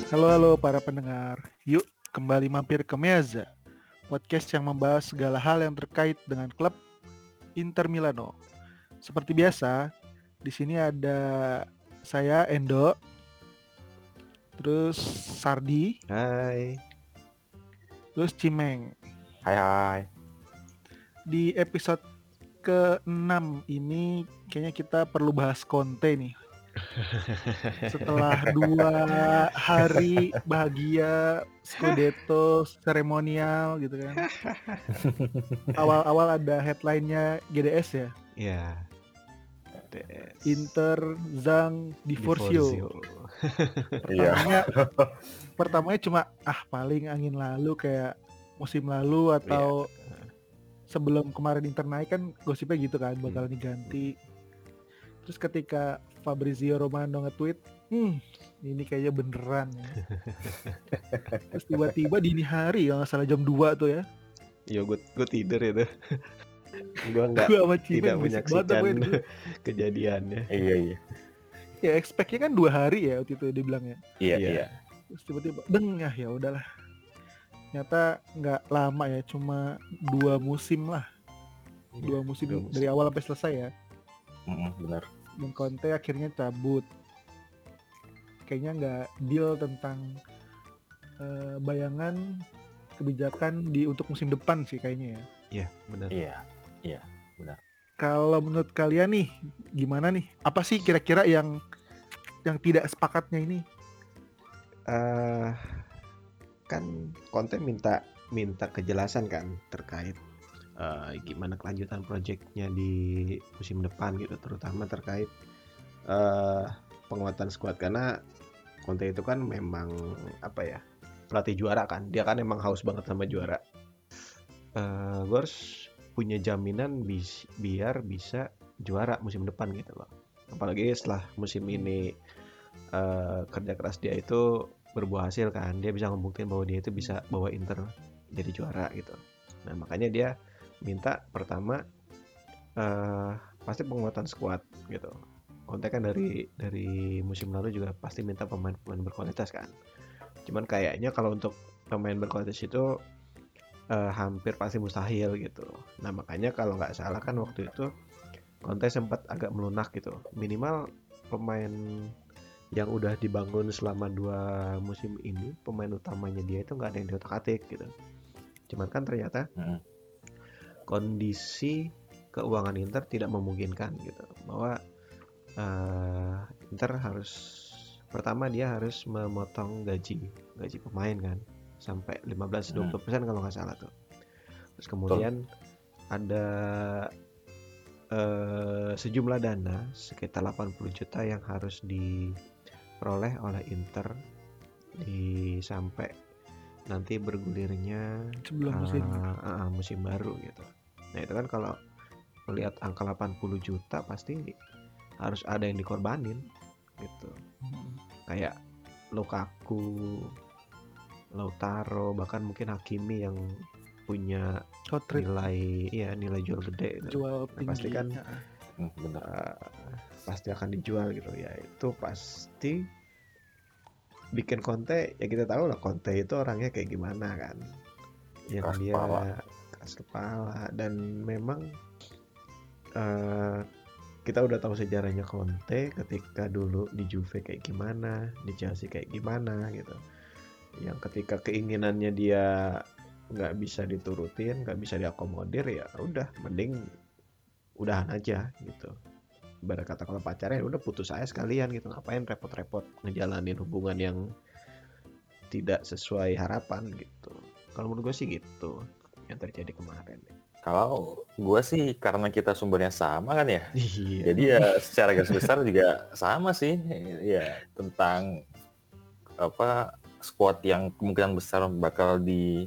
Halo para pendengar, yuk kembali mampir ke Meza, podcast yang membahas segala hal yang terkait dengan klub Inter Milano. Seperti biasa, di sini ada saya Endo, terus Sardi, Hai. terus Cimeng. Hai. Di episode ke-6 ini kayaknya kita perlu bahas Conte nih. Setelah 2 hari bahagia Scudetto seremonial gitu kan. Awal-awal ada headline-nya GDS ya. Ya. DS. Inter Zhang Divorcio. Iya. Pertamanya cuma paling angin lalu kayak musim lalu atau sebelum kemarin Inter naik kan gosipnya gitu kan bakal diganti. Terus ketika Fabrizio Romano nge-tweet, ini kayaknya beneran ya. Terus tiba-tiba dini hari ya nggak salah jam 2 tuh ya. Yo, gue tidur itu. Gue sama Cimeng tidak berisik banget menyaksikan apa itu. kejadiannya. Iya. Ya expect-nya kan 2 hari ya waktu itu dia bilang ya. Iya. Terus tiba-tiba ya udahlah. Ternyata nggak lama ya, cuma 2 musim lah. 2 musim dari awal sampai selesai ya. Benar. Dan Conte akhirnya cabut. Kayaknya nggak deal tentang bayangan kebijakan untuk musim depan sih kayaknya ya. Iya, benar. Iya, benar. Kalau menurut kalian nih, gimana nih? Apa sih kira-kira yang tidak sepakatnya ini? Kan Conte minta kejelasan kan terkait gimana kelanjutan proyeknya di musim depan gitu, terutama terkait penguatan skuad, karena Conte itu kan memang pelatih juara kan, dia kan emang haus banget sama juara. Gue harus punya jaminan biar bisa juara musim depan gitu loh, apalagi setelah musim ini kerja keras dia itu berbuah hasil kan, dia bisa membuktikan bahwa dia itu bisa bawa Inter jadi juara gitu. Nah makanya dia minta pertama pasti penguatan skuad gitu. Conte kan dari musim lalu juga pasti minta pemain-pemain berkualitas kan. Cuman kayaknya kalau untuk pemain berkualitas itu hampir pasti mustahil gitu. Nah makanya kalau nggak salah kan waktu itu Conte sempat agak melunak gitu. Minimal pemain yang udah dibangun selama 2 musim ini, pemain utamanya dia itu nggak ada yang diotak-atik gitu. Cuman kan ternyata kondisi keuangan Inter tidak memungkinkan gitu, bahwa Inter pertama dia harus memotong gaji pemain kan sampai 15-20% kalau nggak salah tuh. Terus kemudian ada sejumlah dana sekitar 80 juta yang harus diperoleh oleh Inter sampai nanti bergulirnya sebelum musim baru gitu. Nah itu kan kalau melihat angka 80 juta pasti harus ada yang dikorbanin gitu. Kayak Lukaku, Lautaro, bahkan mungkin Hakimi yang punya nilai jual gede gitu. Jual tinggi. Pasti kan pasti akan dijual gitu ya. Itu pasti bikin Conte, ya kita tahu lah Conte itu orangnya kayak gimana kan, yang dia keras kepala. Dan memang kita udah tahu sejarahnya Conte ketika dulu di Juve kayak gimana, di Chelsea kayak gimana gitu, yang ketika keinginannya dia nggak bisa diturutin, nggak bisa diakomodir, ya udah mending udahan aja gitu. Ibarat kata kalau pacarnya udah putus aja sekalian gitu, ngapain repot-repot ngejalanin hubungan yang tidak sesuai harapan gitu. Kalau menurut gue sih gitu yang terjadi kemarin. Kalau gue sih karena kita sumbernya sama kan ya, Iya. jadi ya secara garis besar juga sama sih ya, tentang squad yang kemungkinan besar bakal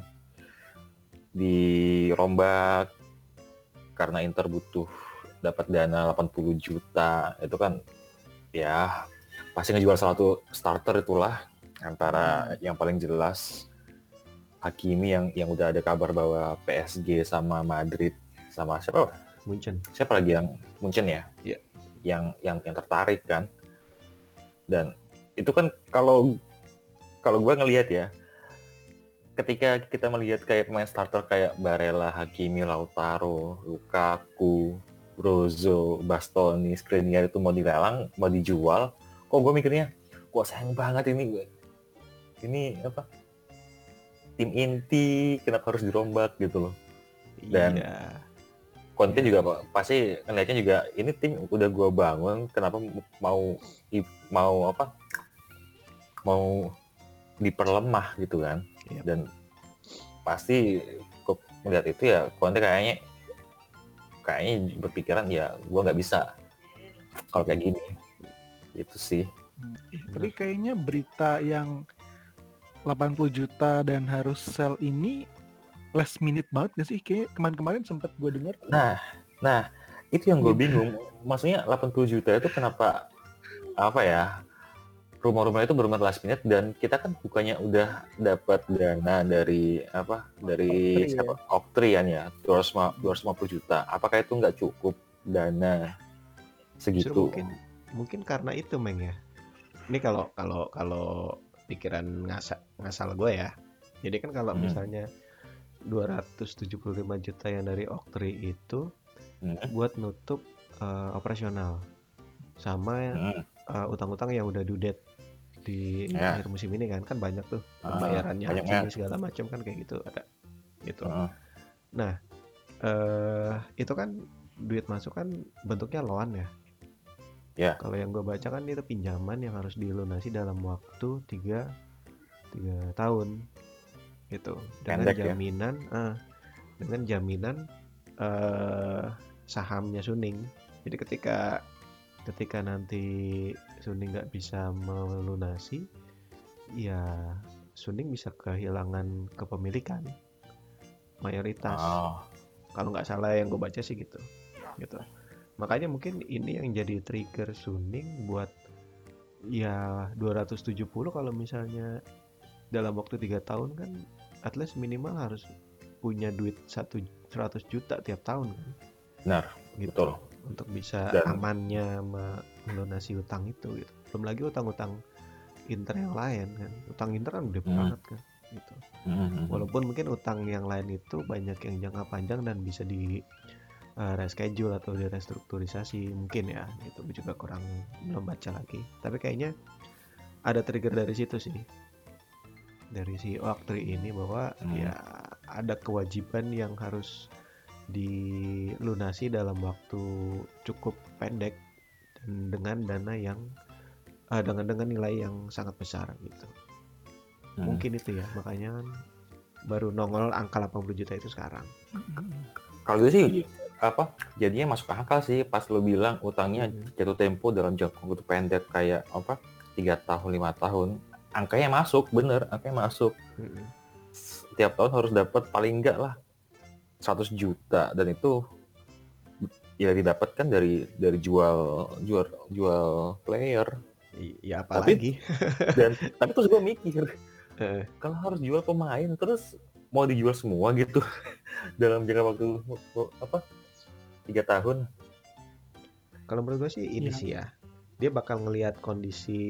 dirombak karena Inter butuh dapat dana 80 juta. Itu kan ya pasti ngejual salah satu starter itulah, antara yang paling jelas Hakimi yang udah ada kabar bahwa PSG sama Madrid sama siapa lagi yang Munchen ya, yang tertarik kan. Dan itu kan kalau kalau gue ngelihat ya, ketika kita melihat kayak pemain starter kayak Barella, Hakimi, Lautaro, Lukaku, Brozo, Bastoni, Skriniar itu mau dilelang, mau dijual, kok gue mikirnya, kok sayang banget ini gue. Ini apa? Tim inti kenapa harus dirombak gitu loh. Dan Iya. Conte Iya. juga pasti ngelihatnya juga ini tim udah gue bangun, kenapa mau mau diperlemah gitu kan. Yap. Dan pasti kok melihat itu ya Conte kayaknya berpikiran ya gue nggak bisa kalau kayak gini. Itu sih. Tapi kayaknya berita yang 80 juta dan harus sell ini last minute banget gak sih? Kayak kemarin sempat gue dengar. Nah, itu yang gue bingung. Maksudnya 80 juta itu kenapa apa ya? Rumor-rumor itu benar last minute dan kita kan bukannya udah dapat dana dari Oktri, siapa? Oktri kan ya, 250 juta. Apakah itu nggak cukup dana Justru segitu? mungkin karena itu Meng ya. Ini kalau pikiran ngasal gue ya. Jadi kan kalau misalnya 275 juta yang dari Oktri itu buat nutup operasional sama utang-utang yang udah due date di akhir musim ini kan banyak tuh pembayarannya Hakimi segala macam kan kayak gitu ada gitu. Nah itu kan duit masuk kan bentuknya loan ya. Kalau yang gue baca kan itu pinjaman yang harus dilunasi dalam waktu 3 tahun gitu dengan Pendek, jaminan dengan jaminan sahamnya Suning. Jadi ketika nanti Suning nggak bisa melunasi, ya Suning bisa kehilangan kepemilikan mayoritas. Kalau nggak salah yang gue baca sih gitu. Makanya mungkin ini yang jadi trigger Suning buat ya 270 kalau misalnya dalam waktu 3 tahun kan at least minimal harus punya duit 100 juta tiap tahun kan. Benar, gitu. Betul. Untuk bisa amannya melunasi utang itu gitu. Belum lagi utang-utang Inter yang lain kan. Utang Inter kan gede banget kan gitu. Walaupun mungkin utang yang lain itu banyak yang jangka panjang dan bisa di reschedule atau direstrukturisasi mungkin ya gitu. Gue juga belum baca lagi. Tapi kayaknya ada trigger dari situ sih. Dari si Oktri ini bahwa ya ada kewajiban yang harus dilunasi dalam waktu cukup pendek dan dengan dana yang dengan nilai yang sangat besar gitu. Mungkin itu ya makanya baru nongol angka 80 juta itu sekarang. Kalau itu sih jadinya masuk akal sih pas lo bilang utangnya jatuh tempo dalam jangka waktu pendek kayak 3 tahun 5 tahun. Angkanya masuk, bener, angkanya masuk. Tiap tahun harus dapat paling enggak lah 100 juta dan itu ya didapatkan dari jual player. Ya apalagi. Tapi terus gue mikir kalau harus jual pemain terus mau dijual semua gitu dalam jangka waktu 3 tahun. Kalau menurut gue sih ini sih ya dia bakal ngelihat kondisi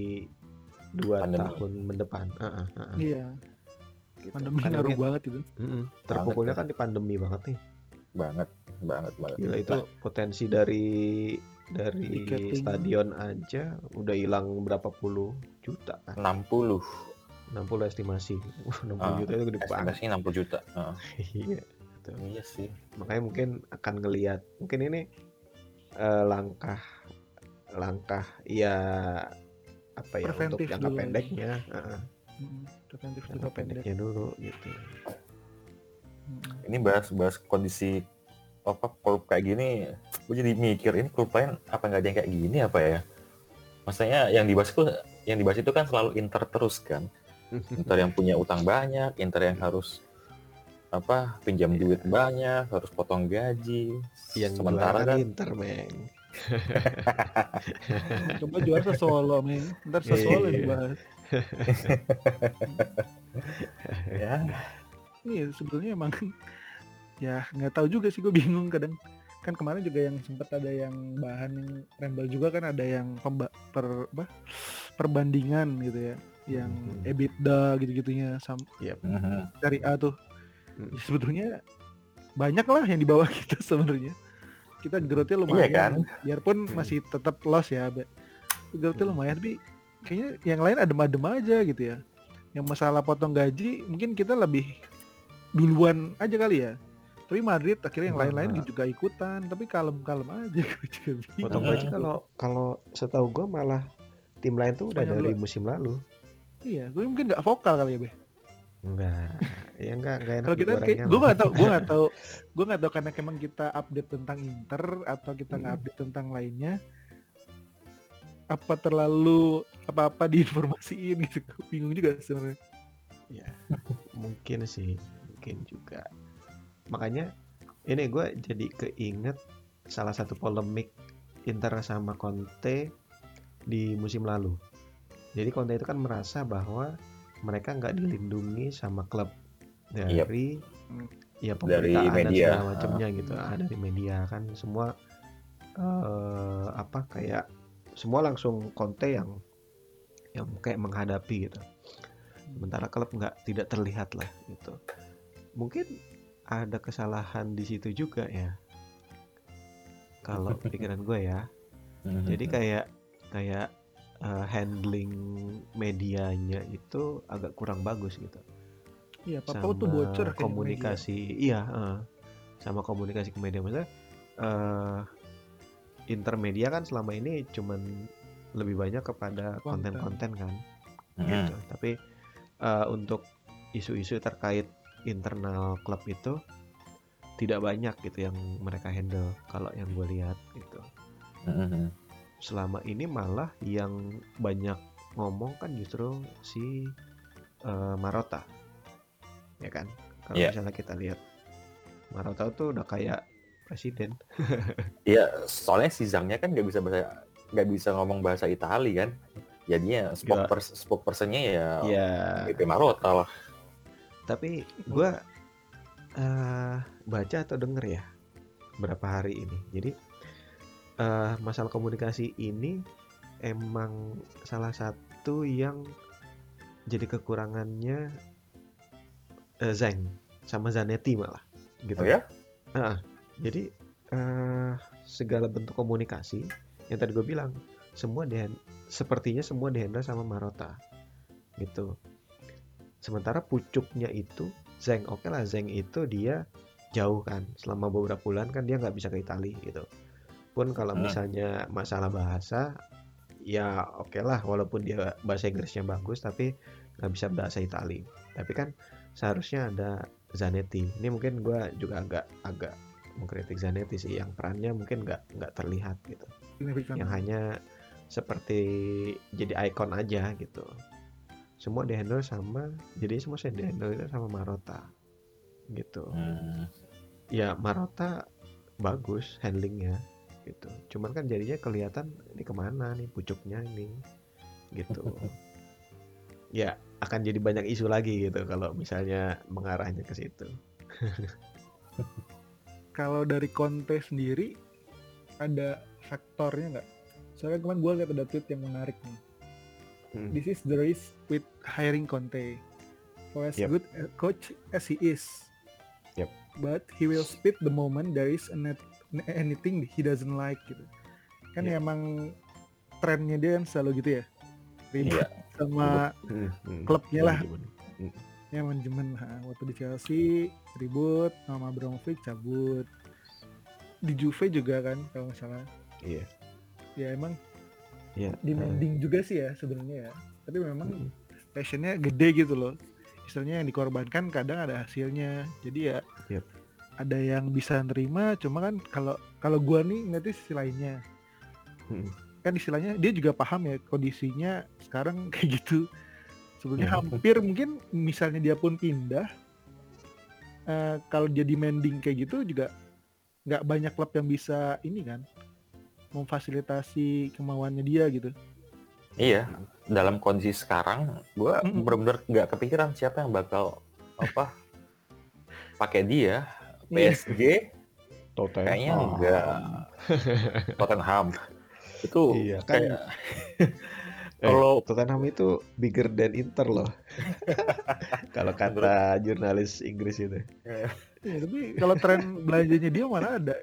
2 tahun mendepan. Iya. Pandemi ngaruh banget itu. Terpukulnya kan di pandemi banget nih. Banget. Gila itu potensi dari stadion aja udah hilang berapa puluh juta kan? 60 estimasi. 60 juta itu gede banget. Estimasi 60 juta. Iya. Iya sih. Makanya mungkin akan ngelihat mungkin ini langkah ya apa ya preventif untuk jangka pendeknya. Preventif jangka pendeknya dulu gitu. Ini bahas kondisi klub kayak gini, gue jadi mikir ini klub lain apa nggak ada yang kayak gini apa ya? Maksudnya yang dibahas itu kan selalu Inter terus kan. Inter yang punya utang banyak, Inter yang harus pinjam duit banyak, harus potong gaji. Yang sementara kan Inter, Meng. Coba juara Sassuolo, Meng. Ntar Sassuolo dibahas. Ya. Ini sebetulnya emang ya nggak tahu juga sih, gue bingung kadang. Kan kemarin juga yang sempat ada yang bahan yang rembel juga kan, ada yang perbandingan gitu ya yang EBITDA gitu-gitunya Yep. Serie A tuh. Mm. Ya, sebetulnya banyak lah yang di bawah kita sebenarnya. Kita growth-nya lumayan. Iya kan? Biarpun masih tetap loss ya, growth-nya lumayan, tapi kayaknya yang lain adem-adem aja gitu ya. Yang masalah potong gaji mungkin kita lebih duluan aja kali ya. Tapi Madrid akhirnya yang lain-lain juga ikutan, tapi kalem-kalem aja. Gue juga bingung. Potong gaji kalau setahu gue malah tim lain tuh udah Spanyol dari duluan. musim lalu. Iya, gue mungkin nggak vokal kali ya, Be. Enggak, ya enggak enak. Kalau kita kayak gue nggak tahu karena emang kita update tentang Inter atau kita nggak update tentang lainnya. Apa terlalu apa-apa diinformasiin gitu, bingung juga sebenarnya. Ya, mungkin sih, mungkin juga. Makanya ini gue jadi keinget salah satu polemik Inter sama Conte di musim lalu. Jadi Conte itu kan merasa bahwa mereka nggak dilindungi sama klub dari ya pemberitaan dan media. segala macamnya gitu. Dari media kan semua kayak semua langsung Conte yang kayak menghadapi gitu. Sementara klub tidak terlihat lah gitu. Mungkin ada kesalahan di situ juga ya. Kalau pikiran gue ya. Jadi kayak handling medianya itu agak kurang bagus gitu. Iya, Papa tuh bocor kayak komunikasi. Media. Iya, sama komunikasi ke media. Maksudnya intermedia kan selama ini cuman lebih banyak kepada konten-konten kan. Gitu. Tapi untuk isu-isu terkait internal klub itu tidak banyak gitu yang mereka handle kalau yang gue lihat gitu. Selama ini malah yang banyak ngomong kan justru si Marotta, ya kan? Kalau misalnya kita lihat Marotta tuh udah kayak presiden. Iya, soalnya si Zhang-nya kan nggak bisa ngomong bahasa Itali kan. Jadinya spokesperson-nya ya BP Marotta lah. Tapi gue baca atau denger ya berapa hari ini. Jadi masalah komunikasi ini emang salah satu yang jadi kekurangannya Zhang sama Zanetti malah gitu. Oh ya? Jadi segala bentuk komunikasi yang tadi gue bilang sepertinya semua dihandle sama Marotta gitu. Sementara pucuknya itu Zhang, oke lah Zhang itu dia jauh kan selama beberapa bulan kan dia nggak bisa ke Italia gitu. Pun kalau misalnya masalah bahasa ya oke lah walaupun dia bahasa Inggrisnya bagus tapi nggak bisa bahasa Italia. Tapi kan seharusnya ada Zanetti. Ini mungkin gue juga agak mengkritik Zanetti sih yang perannya mungkin nggak terlihat gitu. Yang hanya seperti jadi ikon aja gitu. Semua dihandle sama Marotta gitu. Ya Marotta bagus handlingnya gitu. Cuman kan jadinya kelihatan ini kemana nih pucuknya ini gitu. Ya akan jadi banyak isu lagi gitu kalau misalnya mengarahnya ke situ. Kalau dari Conte sendiri ada faktornya nggak? Soalnya kemarin gue lihat ada tweet yang menarik nih. This is the risk with hiring Conte. For as good a coach as he is, but he will spit the moment there is anything he doesn't like gitu. Kan emang trennya dia kan selalu gitu ya. Ribut sama klubnya lah. Ya manajemen waktu di Chelsea ribut sama Abramovich cabut. Di Juve juga kan kalau nggak salah. Iya. Ya emang demanding juga sih ya sebenarnya ya. Tapi memang passionnya gede gitu loh. Istilahnya yang dikorbankan kadang ada hasilnya. Jadi ya ada yang bisa nerima. Cuma kan kalau gua nih ngeliatnya sisi lainnya. Kan istilahnya dia juga paham ya kondisinya sekarang kayak gitu. Sebenarnya hampir mungkin misalnya dia pun pindah. Kalau jadi demanding kayak gitu juga nggak banyak klub yang bisa ini kan memfasilitasi kemauannya dia gitu. Iya, dalam kondisi sekarang, gue benar-benar nggak kepikiran siapa yang bakal pakai dia. PSG, kayaknya enggak. Tottenham itu kayak Kalau Tottenham itu bigger than Inter loh. Kalau kata jurnalis Inggris itu. Ya, tapi kalau tren belanjanya dia mana ada.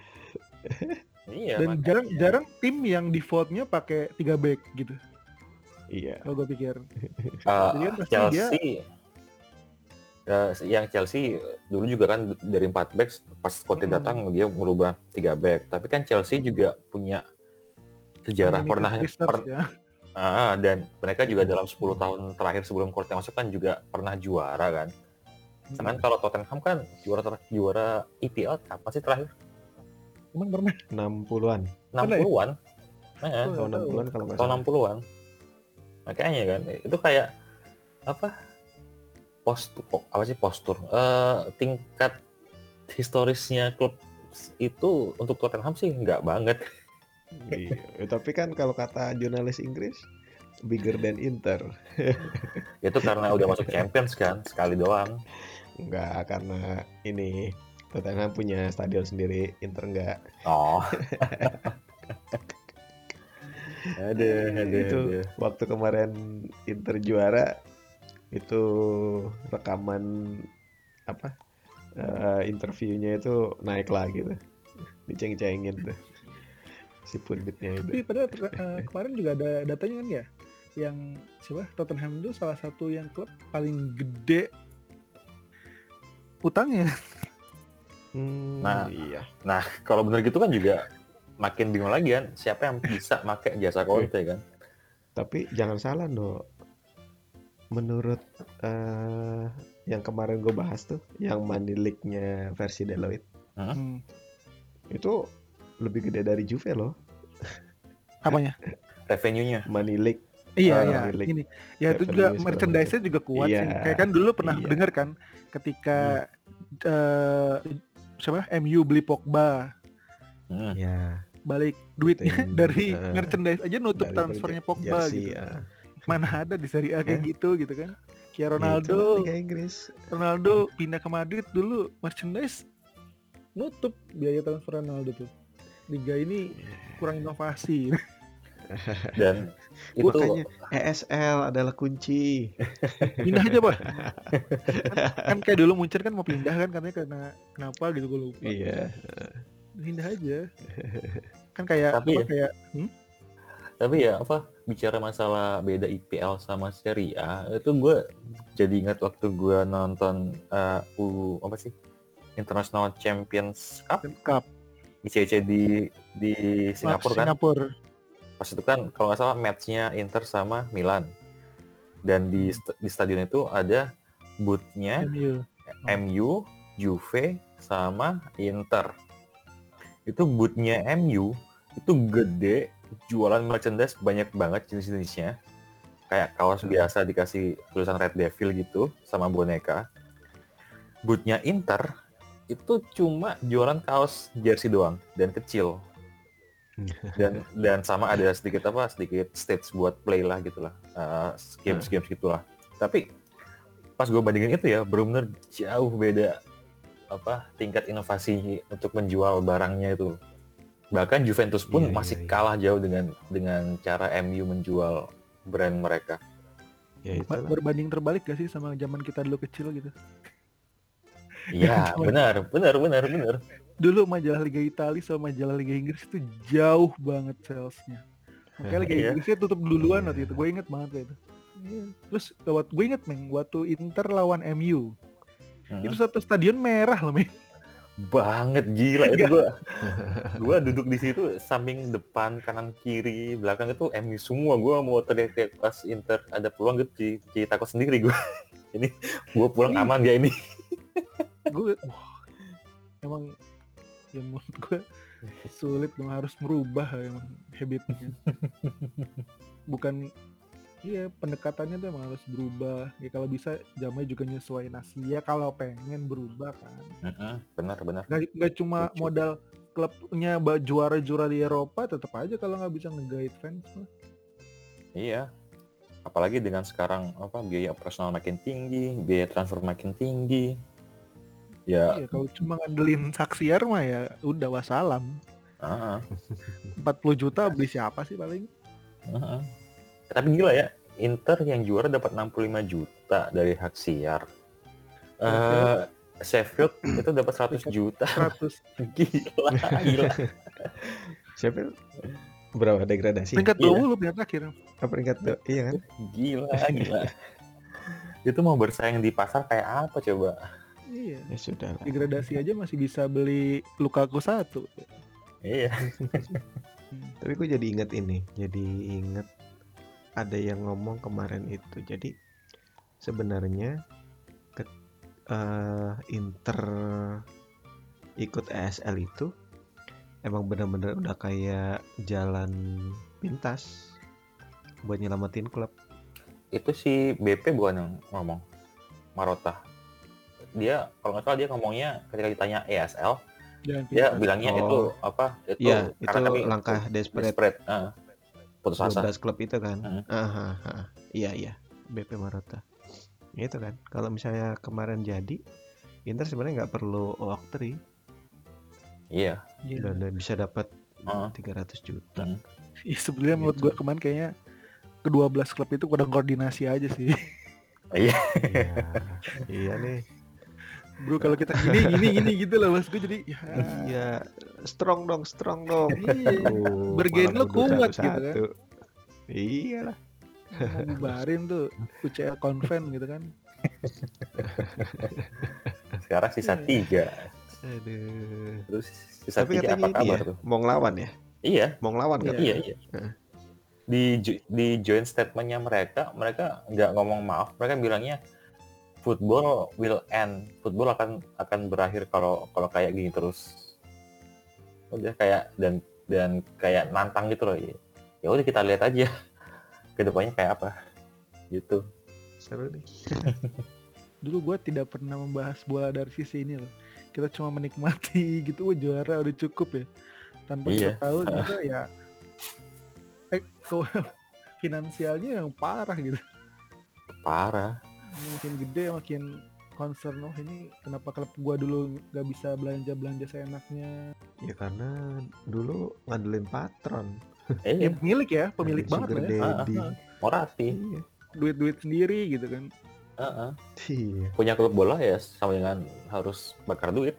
iya, Dan makanya. jarang tim yang defaultnya pakai 3 back gitu. Iya. Kalau gue pikir. Uh, Jadi kan pasti Chelsea yang Chelsea dulu juga kan dari 4 back, pas Conte datang dia merubah 3 back. Tapi kan Chelsea juga punya sejarah dan mereka juga dalam 10 tahun terakhir sebelum Conte masuk kan juga pernah juara kan. Sedangkan kalau Tottenham kan juara EPL kapan sih terakhir? Emang pernah 60-an. 60-an. Tahun 60-an kalau nggak salah. Tahun 60-an. Makanya kan itu kayak apa? Postur. Tingkat historisnya klub itu untuk Tottenham sih nggak banget. Iya. Tapi kan kalau kata jurnalis Inggris bigger than Inter. Itu karena udah masuk Champions kan sekali doang. Enggak, karena ini Tottenham punya stadion sendiri, Inter enggak. Oh. Aduh. Waktu kemarin Inter juara itu rekaman interviewnya itu naik lagi tuh, diceng-cengin tuh si punditnya itu. Tapi padahal kemarin juga ada datanya kan ya, yang Tottenham itu salah satu yang klub paling gede utangnya. Iya. Nah kalau bener gitu kan juga makin bingung lagi kan, siapa yang bisa pakai jasa Conte kan? Tapi jangan salah menurut yang kemarin gue bahas tuh, yang Money League-nya versi Deloitte, itu lebih gede dari Juve loh. Apanya? Revenue-nya. Money League. Iya. Ini ya itu juga merchandise-nya juga kuat sih. Kayak kan dulu pernah dengar kan ketika MU beli Pogba. Ya. Balik duitnya dari merchandise aja nutup transfernya Pogba jersey, gitu. Mana ada di Serie A kayak gitu kan. Kayak Ronaldo, Liga Inggris. Ronaldo pindah ke Madrid dulu, merchandise nutup biaya transfer Ronaldo tuh. Liga ini kurang inovasi. Dan itu makanya ESL adalah kunci. Pindah aja, Pak. kan kayak dulu Munchen kan mau pindah kan, katanya kenapa gitu, gue lupa. Iya. Pindah aja. Kan kayak tapi ya bicara masalah beda IPL sama Serie A, itu gue jadi ingat waktu gue nonton International Champions Cup ICC di Singapura kan. Pas itu kan kalau nggak salah matchnya Inter sama Milan, dan di stadion itu ada booth-nya MU, Juve sama Inter. Itu booth-nya MU itu gede, jualan merchandise banyak banget jenis-jenisnya, kayak kaos biasa dikasih tulisan Red Devil gitu sama boneka. Booth-nya Inter itu cuma jualan kaos jersey doang dan kecil, dan sama ada sedikit stage buat play lah gitulah, games gitulah. Tapi pas gue bandingin itu ya, benar-benar jauh beda tingkat inovasi untuk menjual barangnya itu. Bahkan Juventus pun masih kalah jauh dengan cara MU menjual brand mereka. Ya, berbanding terbalik gak sih sama zaman kita dulu kecil gitu? Iya, benar. Dulu majalah Liga Italia sama majalah Liga Inggris itu jauh banget salesnya. Makanya Liga Inggrisnya tutup duluan waktu itu. Gue inget banget itu. Terus gue inget waktu Inter lawan MU. Itu satu stadion merah loh, men. Banget, gila itu. Gue duduk di situ, samping depan, kanan, kiri, belakang itu MU semua. Gue mau teriak-teriak pas Inter ada peluang gitu, jadi takut sendiri gue. Ini gue pulang aman gak ini? Gue emang ya menurut gue sulit dong, harus merubah emang habitnya. Bukan pendekatannya tuh emang harus berubah. Ya kalau bisa jamnya juga nyesuaiin Asia kalau pengen berubah kan. Benar. Gak cuma modal klubnya juara di Eropa, tetap aja kalau nggak bisa nge-guide fans mah. Iya. Apalagi dengan sekarang biaya operasional makin tinggi, biaya transfer makin tinggi. Ya. Kalau cuma ngandelin Saksiar mah ya udah wassalam. 40 juta beli siapa sih paling? tapi gila ya, Inter yang juara dapat 65 juta dari hak siar. Sheffield itu dapat 100 juta. 100. Gila. Siapa berapa degradasi? Peringkat Iya. 20 peringkat terakhir. Peringkat iya kan? Gila. Itu mau bersaing di pasar kayak apa coba? Iya. Ya sudah lah. Degradasi aja masih bisa beli Lukaku 1. Iya. Tapi gue jadi inget ini. Jadi inget ada yang ngomong kemarin itu. Jadi sebenarnya Inter ikut ESL itu emang benar-benar udah kayak jalan pintas buat nyelamatin klub. Itu si BP bukan yang ngomong, Marotta. Dia kalau nggak salah dia ngomongnya ketika ditanya ESL, dia bilangnya itu apa? Itu ya, itu kami langkah desperate. Putus asa. 12 klub itu kan. Iya, BP Marotta. Itu kan. Kalau misalnya kemarin jadi, Inter sebenarnya nggak perlu walkthrough. Iya. Dan bisa dapat 300 juta. Iya, sebenarnya menurut gue kemarin kayaknya ke-12 klub itu kurang koordinasi aja sih. Iya. Iya nih. Bro, kalau kita gini gitu lah mas gue jadi ya strong dong. Iya. Bergen lo kuat gitu kan. Iyalah. Mau bubarin tuh UCL Convent gitu kan. Sekarang sisa 3. Aduh. Terus sisa 3 apa kabar tuh? Mau ngelawan ya? Iya. Mau ngelawan kan? Iya. Di joint statementnya mereka nggak ngomong maaf. Mereka bilangnya football will end. Football akan berakhir kalau kayak gini terus. Udah kayak dan kayak nantang gitu loh. Ya udah kita lihat aja kedepannya kayak apa gitu. Seru nih. Dulu gue tidak pernah membahas bola dari sisi ini loh. Kita cuma menikmati gitu, juara udah cukup ya. Tanpa kita tahu juga ya finansialnya yang parah gitu. Parah. Makin gede makin concern, ini kenapa klub gua dulu nggak bisa belanja seenaknya. Ya karena dulu ngandelin patron. Ya pemilik banget lah ya. Morati. Iya. Duit sendiri gitu kan. Iya. Punya klub bola ya sama dengan harus bakar duit.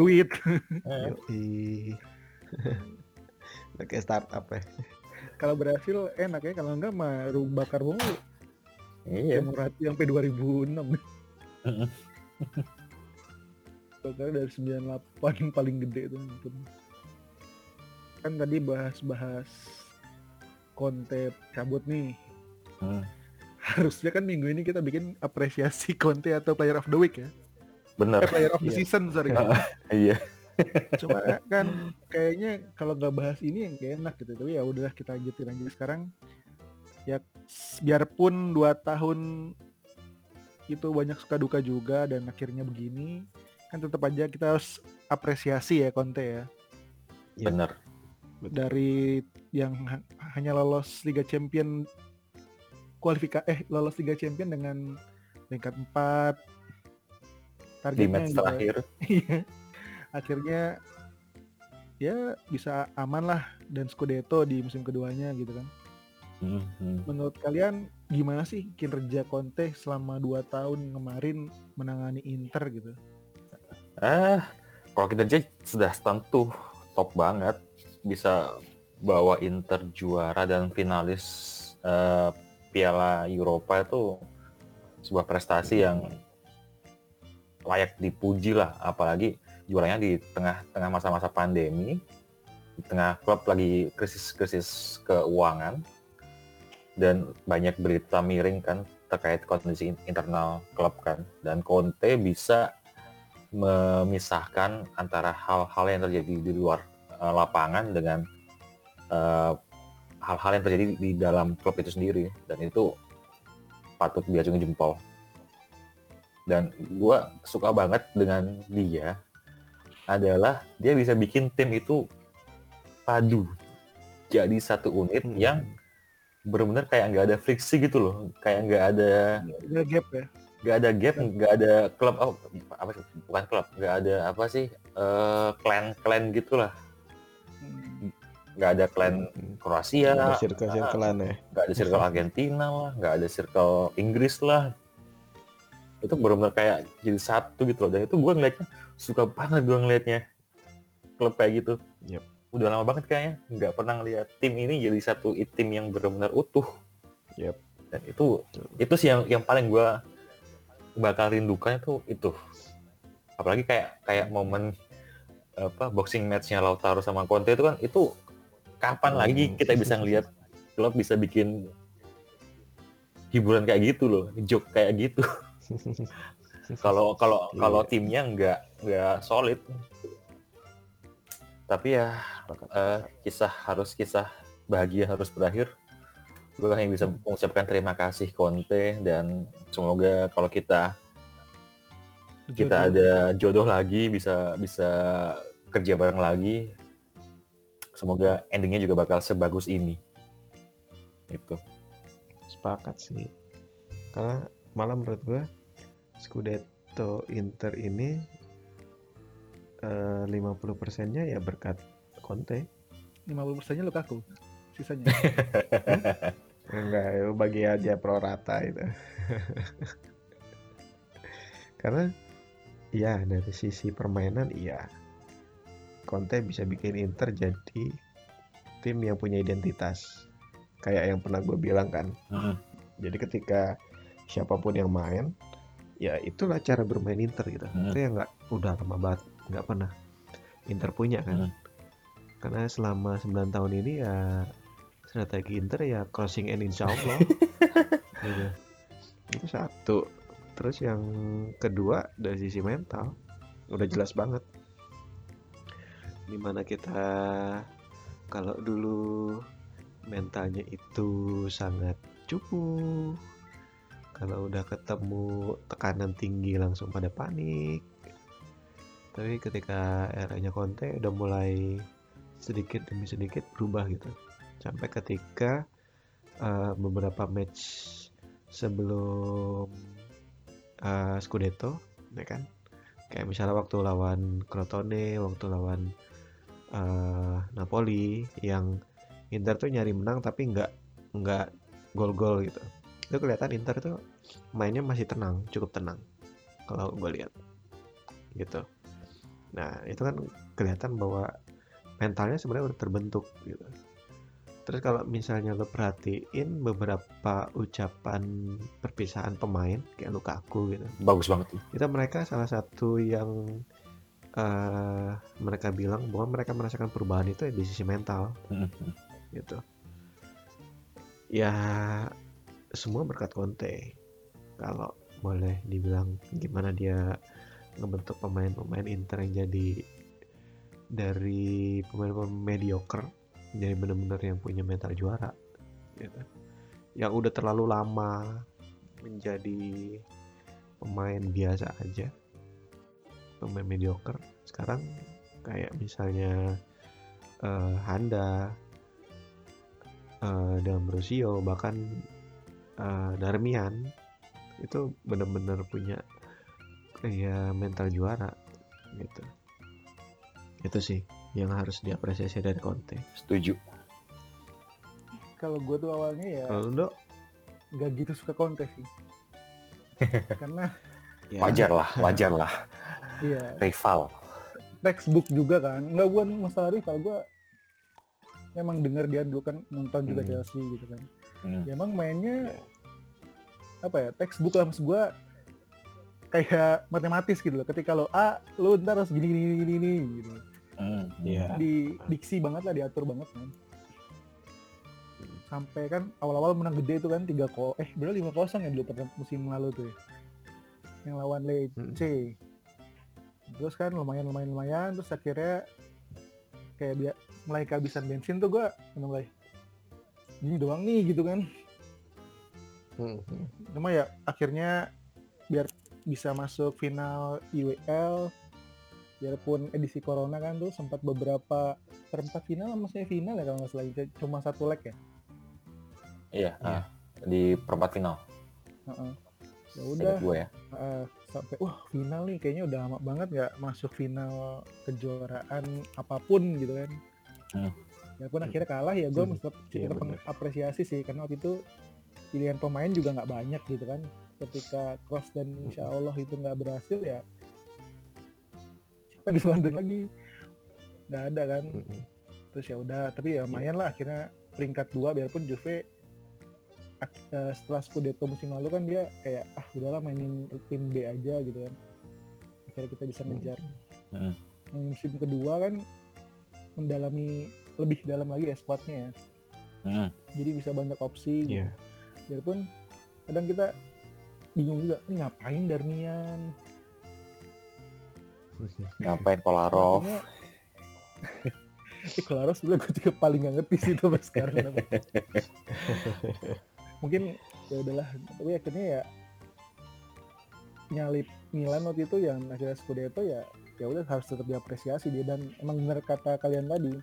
Kayak startup ya. Kalau berhasil enak ya, kalau enggak mah bakar mulu. Iya. Morati sampai 2006. Bakar dari 98 paling gede itu. Kan tadi bahas Conte cabut nih. Harusnya kan minggu ini kita bikin apresiasi Conte atau Player of the Week ya. Bener. Player of the Season, sorry. Iya. Cuma kan kayaknya kalau nggak bahas ini yang kayak enak gitu. Tapi ya udah kita lanjutin aja sekarang. Ya biarpun 2 tahun itu banyak suka duka juga dan akhirnya begini, kan tetap aja kita harus apresiasi ya Conte ya. Bener. Dari yang hanya lolos Liga Champion lolos Liga Champion dengan peringkat 4 targetnya di match terakhir. Akhirnya ya bisa aman lah dan Scudetto di musim keduanya gitu kan. Menurut kalian gimana sih kinerja Conte selama 2 tahun kemarin menangani Inter gitu? Kalau kinerja sudah tentu top banget, bisa bawa Inter juara dan finalis Piala Eropa itu sebuah prestasi yang layak dipuji lah, apalagi juaranya di tengah masa-masa pandemi, di tengah klub lagi krisis keuangan dan banyak berita miring kan terkait kondisi internal klub kan, dan Conte bisa memisahkan antara hal-hal yang terjadi di luar lapangan dengan hal-hal yang terjadi di dalam klub itu sendiri, dan itu patut diacungi jempol. Dan gue suka banget dengan dia adalah dia bisa bikin tim itu padu jadi satu unit yang benar-benar kayak nggak ada friksi gitu loh, kayak nggak ada gap ya, nggak ada gap, nggak ada klub apa sih, bukan klub, nggak ada apa sih, klan gitulah. nggak ada klan Kroasia, Nggak ada circle-circlean ya. nggak ada circle Argentina lah, nggak ada circle Inggris lah. Itu benar-benar kayak jadi satu gitu loh. Dan itu gue ngeliatnya suka banget gue ngeliatnya klub kayak gitu. Yep. Udah lama banget kayaknya nggak pernah ngeliat tim ini jadi satu tim yang benar-benar utuh. Yep. Dan itu sih yang paling gue bakal rindukan itu. Apalagi kayak momen boxing match-nya Lautaro sama Conte itu kan, itu kapan lagi kita bisa ngelihat klub bisa bikin hiburan kayak gitu loh, joke kayak gitu. Kalau timnya nggak solid. Tapi ya kisah bahagia harus berakhir. Gue hanya bisa mengucapkan terima kasih Conte, dan semoga kalau kita ada jodoh lagi, bisa kerja bareng lagi, semoga endingnya juga bakal sebagus ini. Itu sepakat sih, karena malah menurut gue Scudetto Inter ini 50%-nya ya berkat Conte, 50%-nya Lukaku, sisanya enggak, bagi aja pro rata itu. Karena ya dari sisi permainan iya, Conte bisa bikin Inter jadi tim yang punya identitas, kayak yang pernah gue bilang kan. Jadi ketika siapapun yang main, ya itulah cara bermain Inter gitu. Itu yang udah lama banget nggak pernah Inter punya kan. Karena selama 9 tahun ini ya strategi Inter ya crossing and insya Allah. Gitu. Itu satu. Terus yang kedua dari sisi mental udah jelas banget. Dimana kita kalau dulu mentalnya itu sangat cupu, kalau udah ketemu tekanan tinggi langsung pada panik. Tapi ketika eranya Conte udah mulai sedikit demi sedikit berubah gitu, sampai ketika beberapa match sebelum Scudetto, ya kan, kayak misalnya waktu lawan Crotone, waktu lawan Napoli, yang Inter tuh nyari menang tapi nggak gol-gol gitu. Itu kelihatan Inter tuh mainnya masih tenang, cukup tenang kalau gue lihat gitu. Nah itu kan kelihatan bahwa mentalnya sebenarnya udah terbentuk gitu. Terus kalau misalnya lo perhatiin beberapa ucapan perpisahan pemain kayak Lukaku gitu, bagus banget. Itu mereka salah satu yang mereka bilang bahwa mereka merasakan perubahan itu di sisi mental gitu. Ya semua berkat Conte. Kalau boleh dibilang gimana dia ngebentuk pemain-pemain Inter yang jadi dari pemain-pemain mediocre jadi benar-benar yang punya mental juara gitu. Yang udah terlalu lama menjadi pemain biasa aja, pemain mediocre, sekarang kayak misalnya Handa, D'Ambrosio, bahkan Darmian, itu benar-benar punya kayak mental juara gitu. Itu sih yang harus diapresiasi dari Conte. Setuju. Kalau gue tuh awalnya ya Kalau Dok nggak gitu suka Conte sih. Karena ya, wajar lah. iya, Rival. textbook juga kan. Nggak bukan masalah rival, gue memang dengar dia dulu kan nonton juga Chelsea gitu kan. Ya emang mainnya apa ya, textbook lah, maksud gue kayak matematis gitu loh. Ketika lo A, lo ntar harus gini gitu. Di diksi banget lah, diatur banget kan. Sampai kan awal-awal menang gede itu kan 5-0 ya dulu pada musim lalu tuh ya. Yang lawan Lecce. Terus kan lumayan, terus akhirnya kayak mulai kehabisan bensin tuh gue mulai gini doang nih gitu kan. Cuma ya akhirnya biar bisa masuk final IWL, biarpun edisi corona kan tuh sempat beberapa perempat final, maksudnya final ya kalau nggak salah, cuma satu leg ya. Iya. Di perempat final. Ya udah. Gue ya. Sampai final nih kayaknya udah lama banget nggak masuk final kejuaraan apapun gitu kan. Walaupun akhirnya kalah ya gue mesti Iya, tetap bener. apresiasi sih, karena waktu itu pilihan pemain juga nggak banyak gitu kan. Ketika Kroos dan Insya Allah itu nggak berhasil ya siapa yang di London lagi, nggak ada kan. Terus ya udah, tapi ya lumayan lah akhirnya peringkat 2, biarpun Juve setelah Scudetto musim lalu kan dia kayak udahlah mainin tim B aja gitu kan, akhirnya kita bisa ngejar. Musim kedua kan mendalami lebih dalam lagi ya squadnya ya, jadi bisa banyak opsi gitu. Iya. Biarpun kadang kita bingung juga, ini ngapain Darmian, Ngapain Kolarov? Kolarov sebenarnya gue juga paling gak ngerti sih itu sampai sekarang. Mungkin ya udahlah, tapi akhirnya ya nyalip Milan waktu itu yang akhirnya Scudetto ya udah harus tetap diapresiasi dia. Dan emang benar kata kalian tadi,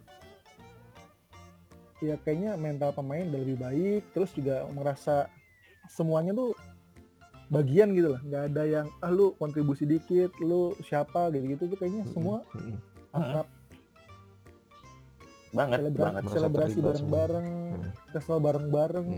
ya kayaknya mental pemain udah lebih baik, terus juga merasa semuanya tuh bagian gitu lah, nggak ada yang lu kontribusi dikit, lu siapa gitu tuh kayaknya semua akrab banget. selebrasi bareng-bareng, kesel bareng-bareng.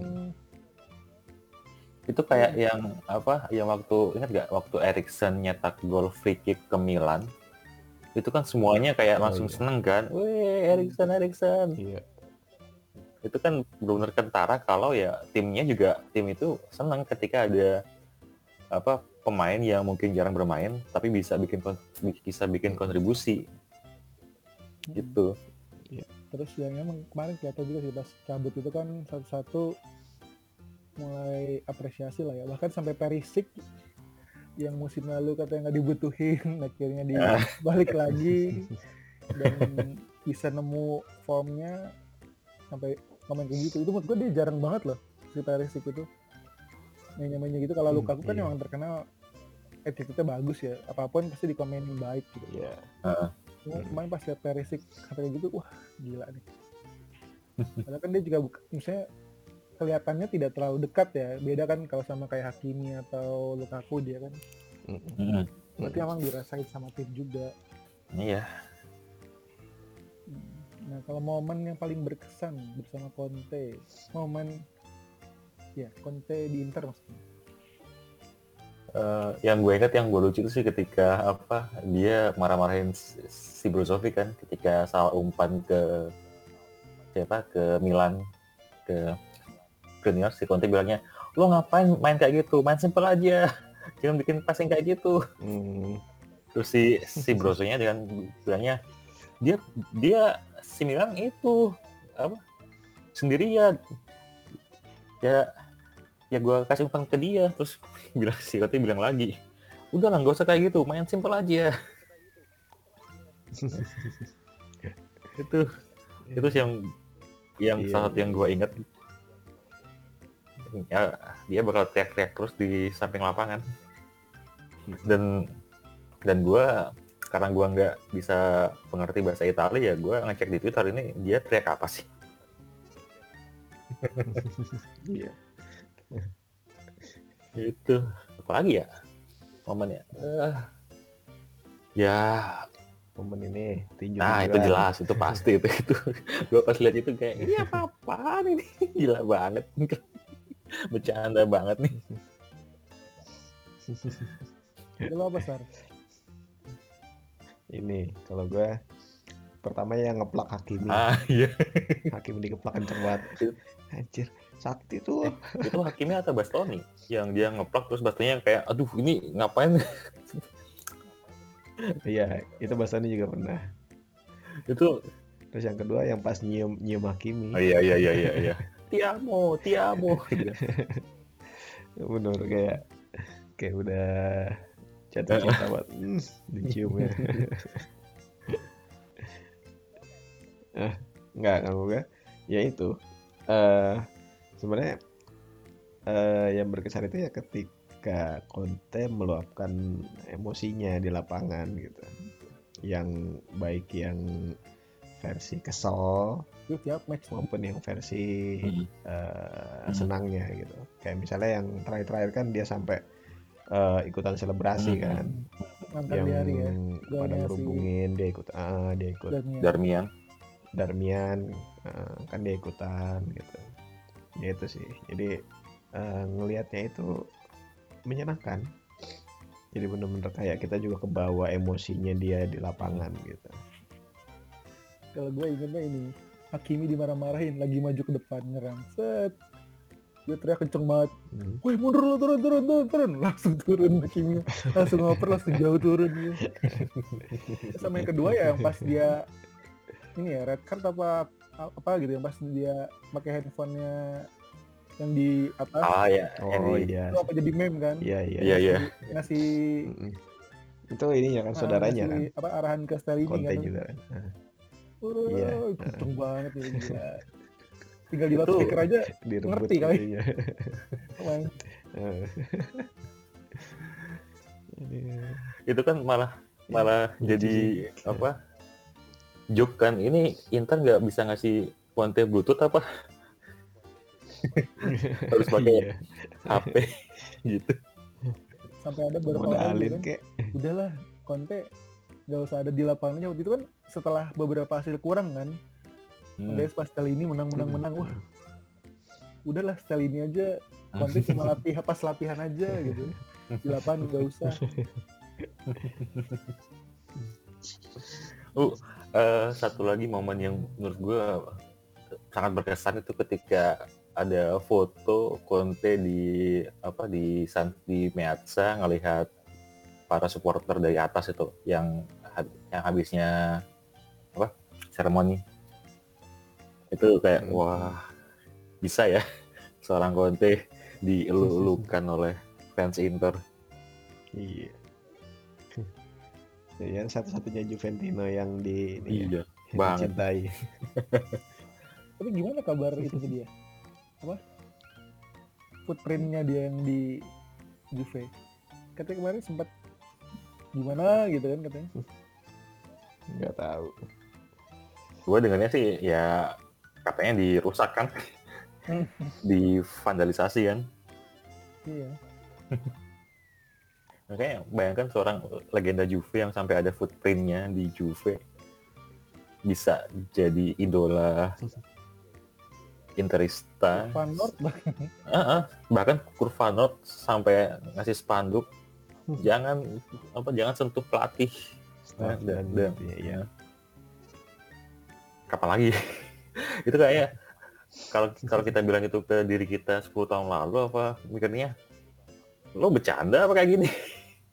Itu kayak yang waktu ingat gak waktu Eriksen nyetak gol free kick ke Milan, itu kan semuanya kayak langsung seneng kan, weh Eriksen. Iya. Itu kan benar-benar kentara kalau ya tim itu senang ketika ada pemain yang mungkin jarang bermain tapi bisa bikin kontribusi gitu. Terus yang emang kemarin kelihatan juga sih pas cabut itu kan satu-satu mulai apresiasi lah ya, bahkan sampai Perisic yang musim lalu katanya nggak dibutuhin akhirnya dibalik lagi dan bisa nemu formnya sampai komen kayak gitu. Itu menurut gue dia jarang banget loh si Perisic itu mainnya gitu. Kalau Lukaku kan emang terkenal attitude-nya bagus ya, apapun pasti dikomenin baik gitu. Cuma kemarin pas liat Perisic kayak gitu, wah gila nih. Padahal kan dia juga misalnya kelihatannya tidak terlalu dekat ya, beda kan kalau sama kayak Hakimi atau Lukaku dia kan. Berarti emang dirasain sama tim juga. Iya. Nah kalau momen yang paling berkesan bersama Conte, Conte di Inter maksudnya. Yang gue ingat yang gue lucu itu sih ketika dia marah-marahin si Brozovic kan ketika salah umpan ke Milan, ke Junior. Si Conte bilangnya, lo ngapain main kayak gitu, main simple aja, jangan bikin passing kayak gitu. Terus si Brozonya dengan bilangnya, dia si Milan itu sendirian ya gue kasih umpan ke dia. Terus si Conte bilang lagi, udah lah nggak usah kayak gitu, main simple aja. itu yang salah satu yang gue ingat. Ya, dia bakal teriak-teriak terus di samping lapangan. Dan gue karena gue nggak bisa mengerti bahasa Italia ya, gue ngecek di Twitter ini dia teriak apa sih. Iya. Itu apalagi ya momennya. Ya momen ini tinju. Nah itu jelas, itu pasti itu. Gue pas lihat itu kayak ini apaan ini, gila banget, bercanda banget nih. Itu lo apa Sar? Ini kalau gue pertama yang ngeplak Hakimi. Iya. Hakimi dikeplak kenceng banget. Anjir, sakti tuh. Itu Hakimi atau Bastoni yang dia ngeplak terus Bastoni yang kayak aduh ini ngapain. Iya, itu Bastoni juga pernah. Itu terus yang kedua yang pas nyium Hakimi. Oh iya. Tiamo. Bener kayak udah jatuh cinta banget. Dicium ya. Enggak gue. Ya itu. Sebenarnya yang berkesan itu ya ketika Conte meluapkan emosinya di lapangan gitu. Yang baik yang versi kesel maupun yang versi senangnya gitu. Kayak misalnya yang terakhir kan dia sampai ikutan selebrasi kan. Mantan yang Diari ya. pada ngerubungin dia ikut Darmian. Darmian kan dia ikutan gitu. Ya itu sih. Jadi ngelihatnya itu menyenangkan. Jadi bener-bener kayak kita juga kebawa emosinya dia di lapangan gitu. Kalau gue ingetnya ini, Hakimi dimarah-marahin lagi maju ke depan nyerang. Set. Dia teriak kenceng banget. Woi mundur lu, turun. Langsung turun Hakimi. Langsung ngoper, langsung jauh turun gitu. Sama yang kedua ya yang pas dia ini ya red card apa gitu yang pas dia pakai handphonenya yang di atas. Ya, Iya. Itu apa jadi meme kan? Iya. Ngasih itu ininya kan saudaranya kan. Apa arahan ke Stellini Conte kan? juga kan. Iya. Kenceng banget ya gila. Tinggal di loudspeaker aja ngerti kali. Itu kan malah jadi apa? Joke kan. Ini Inter nggak bisa ngasih Conte Bluetooth apa? Harus pakai HP gitu. Sampai ada beberapa kali kan. Udahlah, Conte nggak usah ada di lapangannya. Waktu itu kan setelah beberapa hasil kurang kan. Guys pas Stellini menang. Wah, udahlah Stellini aja. Conte cuma latihan aja gitu. Di lapangan nggak usah. Satu lagi momen yang menurut gue sangat berkesan itu ketika ada foto Conte di Meazza ngelihat para supporter dari atas itu yang habisnya seremoni itu kayak wah bisa ya seorang Conte dielu-elukan oleh fans Inter. Iya. Ya, satu-satunya Juventino yang dicintai. Tapi gimana kabar itu ke dia? Apa? Footprintnya dia yang di Juve. Katanya kemarin sempat gimana gitu kan katanya. Nggak tahu. Gue dengarnya sih ya katanya dirusak kan. Divandalisasi kan. Iya. Makanya bayangkan seorang legenda Juve yang sampai ada footprintnya di Juve bisa jadi idola Interista. Bahkan Kurva Nord sampai ngasih spanduk jangan sentuh pelatih. Kapan lagi? Itu kayak kalau kita bilang itu ke diri kita 10 tahun lalu apa mikirnya lo bercanda apa kayak gini?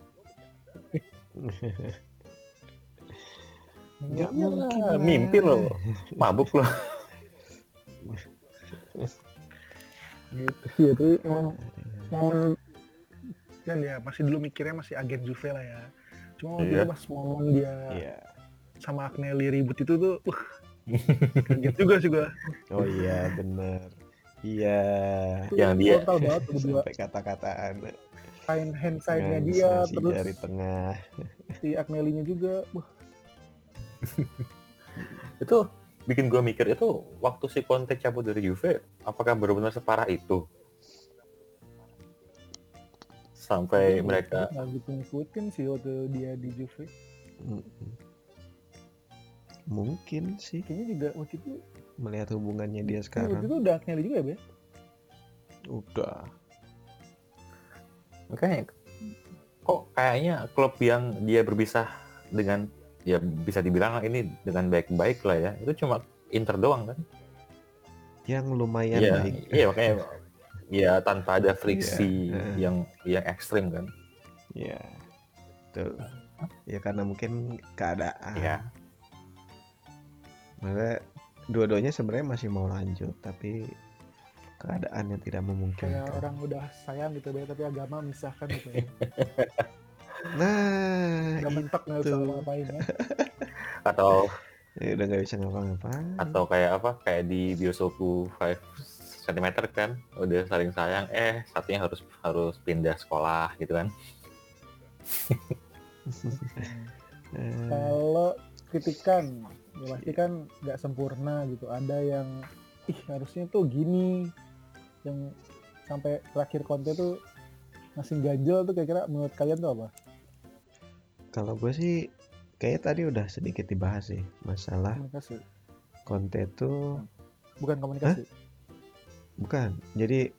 Nggak mungkin lah. Mimpi lo, mabuk lo. Gitu ya, tapi momen kan ya masih dulu mikirnya masih agen Juve lah ya. Cuma waktu itu pas momen dia sama Agnelli ribut itu tuh, kaget juga sih gua. Oh iya bener. Iya. Yang dia sampai kata-kataan. Hand sign-nya dia terus dari tengah. Si Agnelli-nya juga. Itu bikin gue mikir itu waktu si Conte cabut dari Juve apakah benar-benar separah itu sampai mereka ngikutin sih waktu dia di Juve. Mungkin sih kayaknya juga waktu itu melihat hubungannya dia sekarang. Waktu itu udah Agnelli juga ya, Be? Udah. Makanya kok kayaknya klub yang dia berpisah dengan ya bisa dibilang ini dengan baik-baik lah ya. Itu cuma Inter doang kan? Yang lumayan baik. Iya makanya ya tanpa ada friksi yang ekstrim kan. Iya. Betul. Ya karena mungkin keadaan. Iya. Makanya dua-duanya sebenarnya masih mau lanjut tapi keadaan yang tidak memungkinkan. Kayak orang udah sayang gitu Be, tapi agama misahkan gitu ya. Nah, udah mentok nggak bisa ngapain ya. Atau udah nggak bisa ngapa-ngapain. Atau kayak apa? Kayak di Biosoku 5 cm kan, udah saling sayang. Satunya harus pindah sekolah gitu kan. Kalau kritikan, ya pasti kan nggak sempurna gitu. Ada yang harusnya tuh gini, yang sampai terakhir Conte tuh masih ganjel tuh kira-kira menurut kalian tuh apa? Kalau gue sih kayaknya tadi udah sedikit dibahas sih masalah Conte itu Bukan komunikasi. bukan. Jadi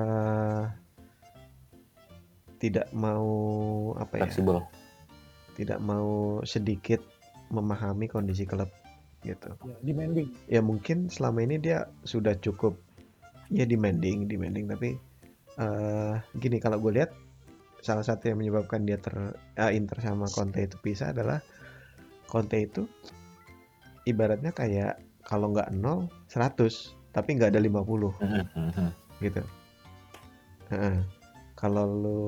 tidak mau apa ya? Fleksibel. Tidak mau sedikit memahami kondisi klub gitu. Ya, demanding. Ya mungkin selama ini dia sudah cukup ya demanding tapi gini, kalau gue lihat salah satu yang menyebabkan dia Inter sama Conte itu pisah adalah Conte itu ibaratnya kayak kalau nggak 0 100 tapi nggak ada 50 gitu. Kalau lu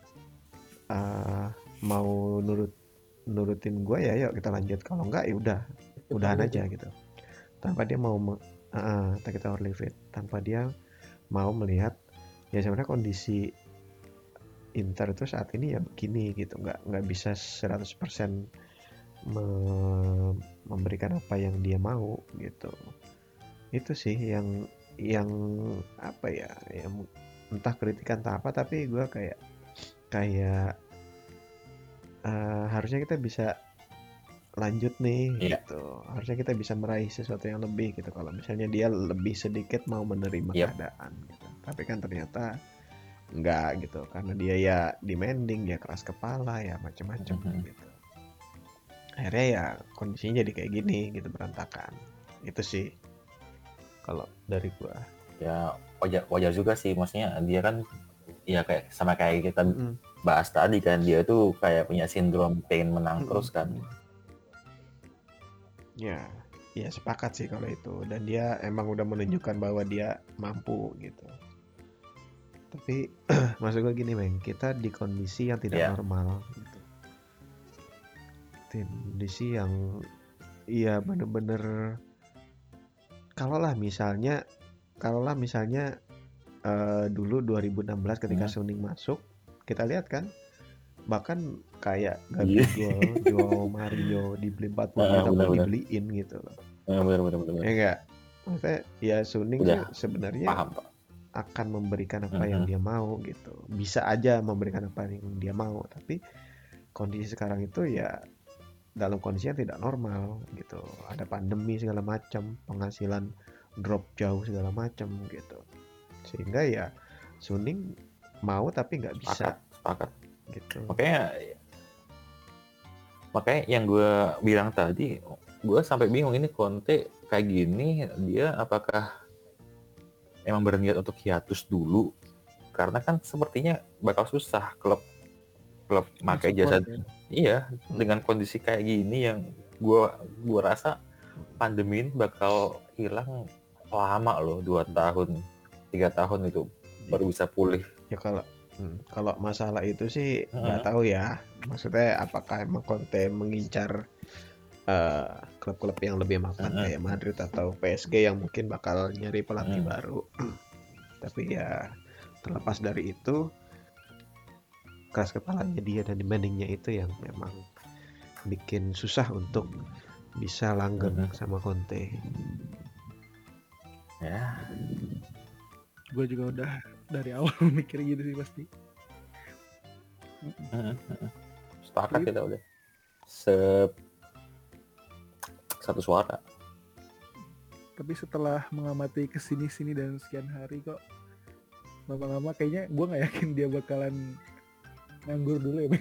mau nurutin gue ya yuk kita lanjut, kalau nggak ya udahan aja gitu, tanpa dia mau take it or leave it, tanpa dia mau melihat ya sebenarnya kondisi Inter itu saat ini ya begini gitu, nggak bisa 100% memberikan apa yang dia mau gitu. Itu sih yang apa ya, yang entah kritikan entah apa, tapi gue kayak harusnya kita bisa lanjut nih gitu, harusnya kita bisa meraih sesuatu yang lebih gitu kalau misalnya dia lebih sedikit mau menerima keadaan gitu. Tapi kan ternyata enggak gitu, karena dia ya demanding, ya keras kepala, ya macam-macam gitu. Akhirnya ya kondisinya jadi kayak gini gitu, berantakan. Itu sih kalau dari gua. Ya wajar juga sih, maksudnya dia kan ya kayak sama kayak kita bahas tadi kan, dia tuh kayak punya sindrom pengen menang terus kan. Ya sepakat sih kalau itu, dan dia emang udah menunjukkan bahwa dia mampu gitu. Tapi maksud gue gini Meng, kita di kondisi yang tidak normal gitu. Kondisi yang iya bener-bener kalaulah misalnya dulu 2016 ketika Suning masuk, kita lihat kan bahkan kayak Gabigol, Joao Mario dibeli 40 juta pun dibeliin gitu loh. Bener. Ya enggak? Maksudnya ya Suning sih sebenarnya akan memberikan apa yang dia mau gitu. Bisa aja memberikan apa yang dia mau, tapi kondisi sekarang itu ya dalam kondisi yang tidak normal gitu. Ada pandemi segala macam, penghasilan drop jauh segala macam gitu. Sehingga ya Suning mau tapi nggak bisa. Sepakat. Gitu. Makanya yang gue bilang tadi, gue sampai bingung ini Conte kayak gini, dia apakah emang berniat untuk hiatus dulu, karena kan sepertinya bakal susah klub pakai jasa dengan kondisi kayak gini yang gue rasa pandemi ini bakal hilang lama loh, 2 tahun 3 tahun itu baru bisa pulih. Ya kalau masalah itu sih nggak tahu ya, maksudnya apakah emang Conte mengincar klub-klub yang lebih mapan kayak Madrid atau PSG yang mungkin bakal nyari pelatih baru. Tapi ya terlepas dari itu, keras kepalanya dia dan demandingnya itu yang memang bikin susah untuk bisa langgeng sama Conte. Ya, gue juga udah dari awal mikir gitu sih pasti. Sepakat kita udah satu suara. Tapi setelah mengamati kesini-sini dan sekian hari kok lama-lama kayaknya gue nggak yakin dia bakalan nganggur dulu ya.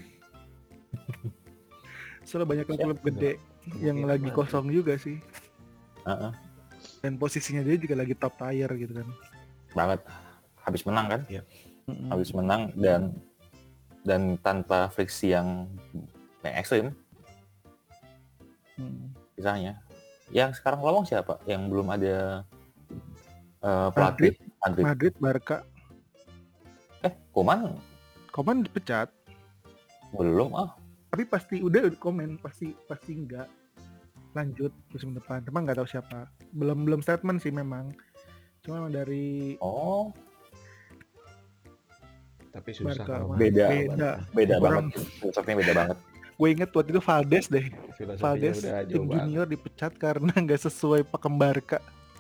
Soalnya banyak klub gede yang lagi kosong juga sih. Dan posisinya dia juga lagi top tier gitu kan. Banget. Habis menang kan? Iya. Habis menang dan tanpa friksi yang ekstrim. Misalnya, yang sekarang ngomong siapa? Yang belum ada pelatih? Madrid, Barca. Koman dipecat. Belum Tapi pasti udah komen, pasti enggak lanjut musim depan. Cuma nggak tahu siapa. Belum statement sih memang. Cuma dari tapi susah Barca, beda banget. Filosofnya beda banget. Gue inget waktu itu Valdes deh. Valdes tim junior dipecat karena nggak sesuai pakem Barca.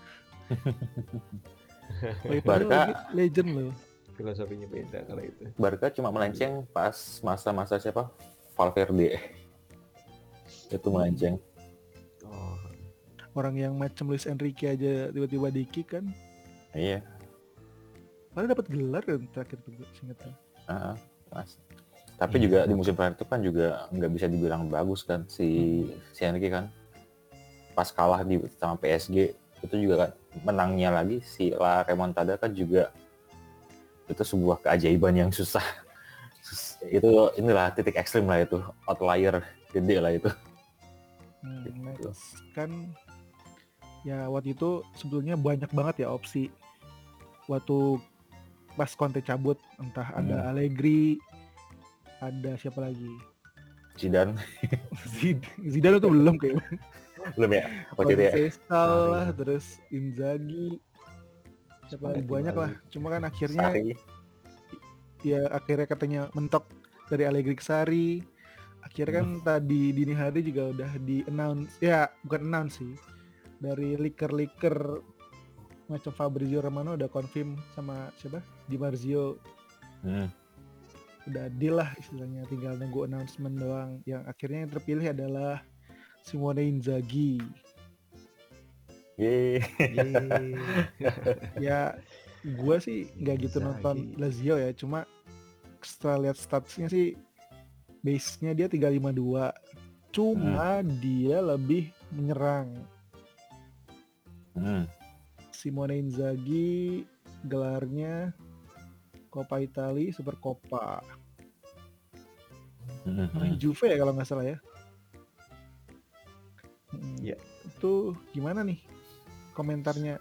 Barca legend loh. Filosofinya beda kalau itu. Barca cuma melenceng pas masa-masa siapa? Valverde. Itu melenceng. Orang yang macam Luis Enrique aja tiba-tiba di-kick kan. Iya. Padahal dapat gelar kan terakhir tuh singkatnya. Mas. Tapi juga di musim terakhir itu kan juga nggak bisa dibilang bagus kan si Enrique kan. Pas kalah sama PSG itu juga kan menangnya lagi si La Remontada kan juga itu sebuah keajaiban yang susah. Itu inilah titik ekstrim lah itu, outlier gede lah itu. Next kan ya waktu itu sebetulnya banyak banget ya opsi waktu pas Conte cabut, entah ada Allegri, ada siapa lagi? Zidane. Zidane itu belum kayaknya. Belum ya? Sesal lah, terus Inzaghi, siapa lagi banyak lah. Cuma kan akhirnya ya akhirnya katanya mentok dari Allegri ke Sarri. Akhirnya kan tadi dini hari juga udah di-announce, ya bukan announce sih, dari liker macam Fabrizio Romano udah confirm sama siapa? Di Marzio. Udah deal lah istilahnya, tinggal nunggu announcement doang. Yang akhirnya yang terpilih adalah Simone Inzaghi. Ya gue sih nggak gitu nonton Lazio ya, cuma setelah lihat statsnya sih base-nya dia 352, cuma dia lebih menyerang. Simone Inzaghi gelarnya Coppa Italia, Super Coppa. Juve ya kalau nggak salah ya. Itu gimana nih komentarnya?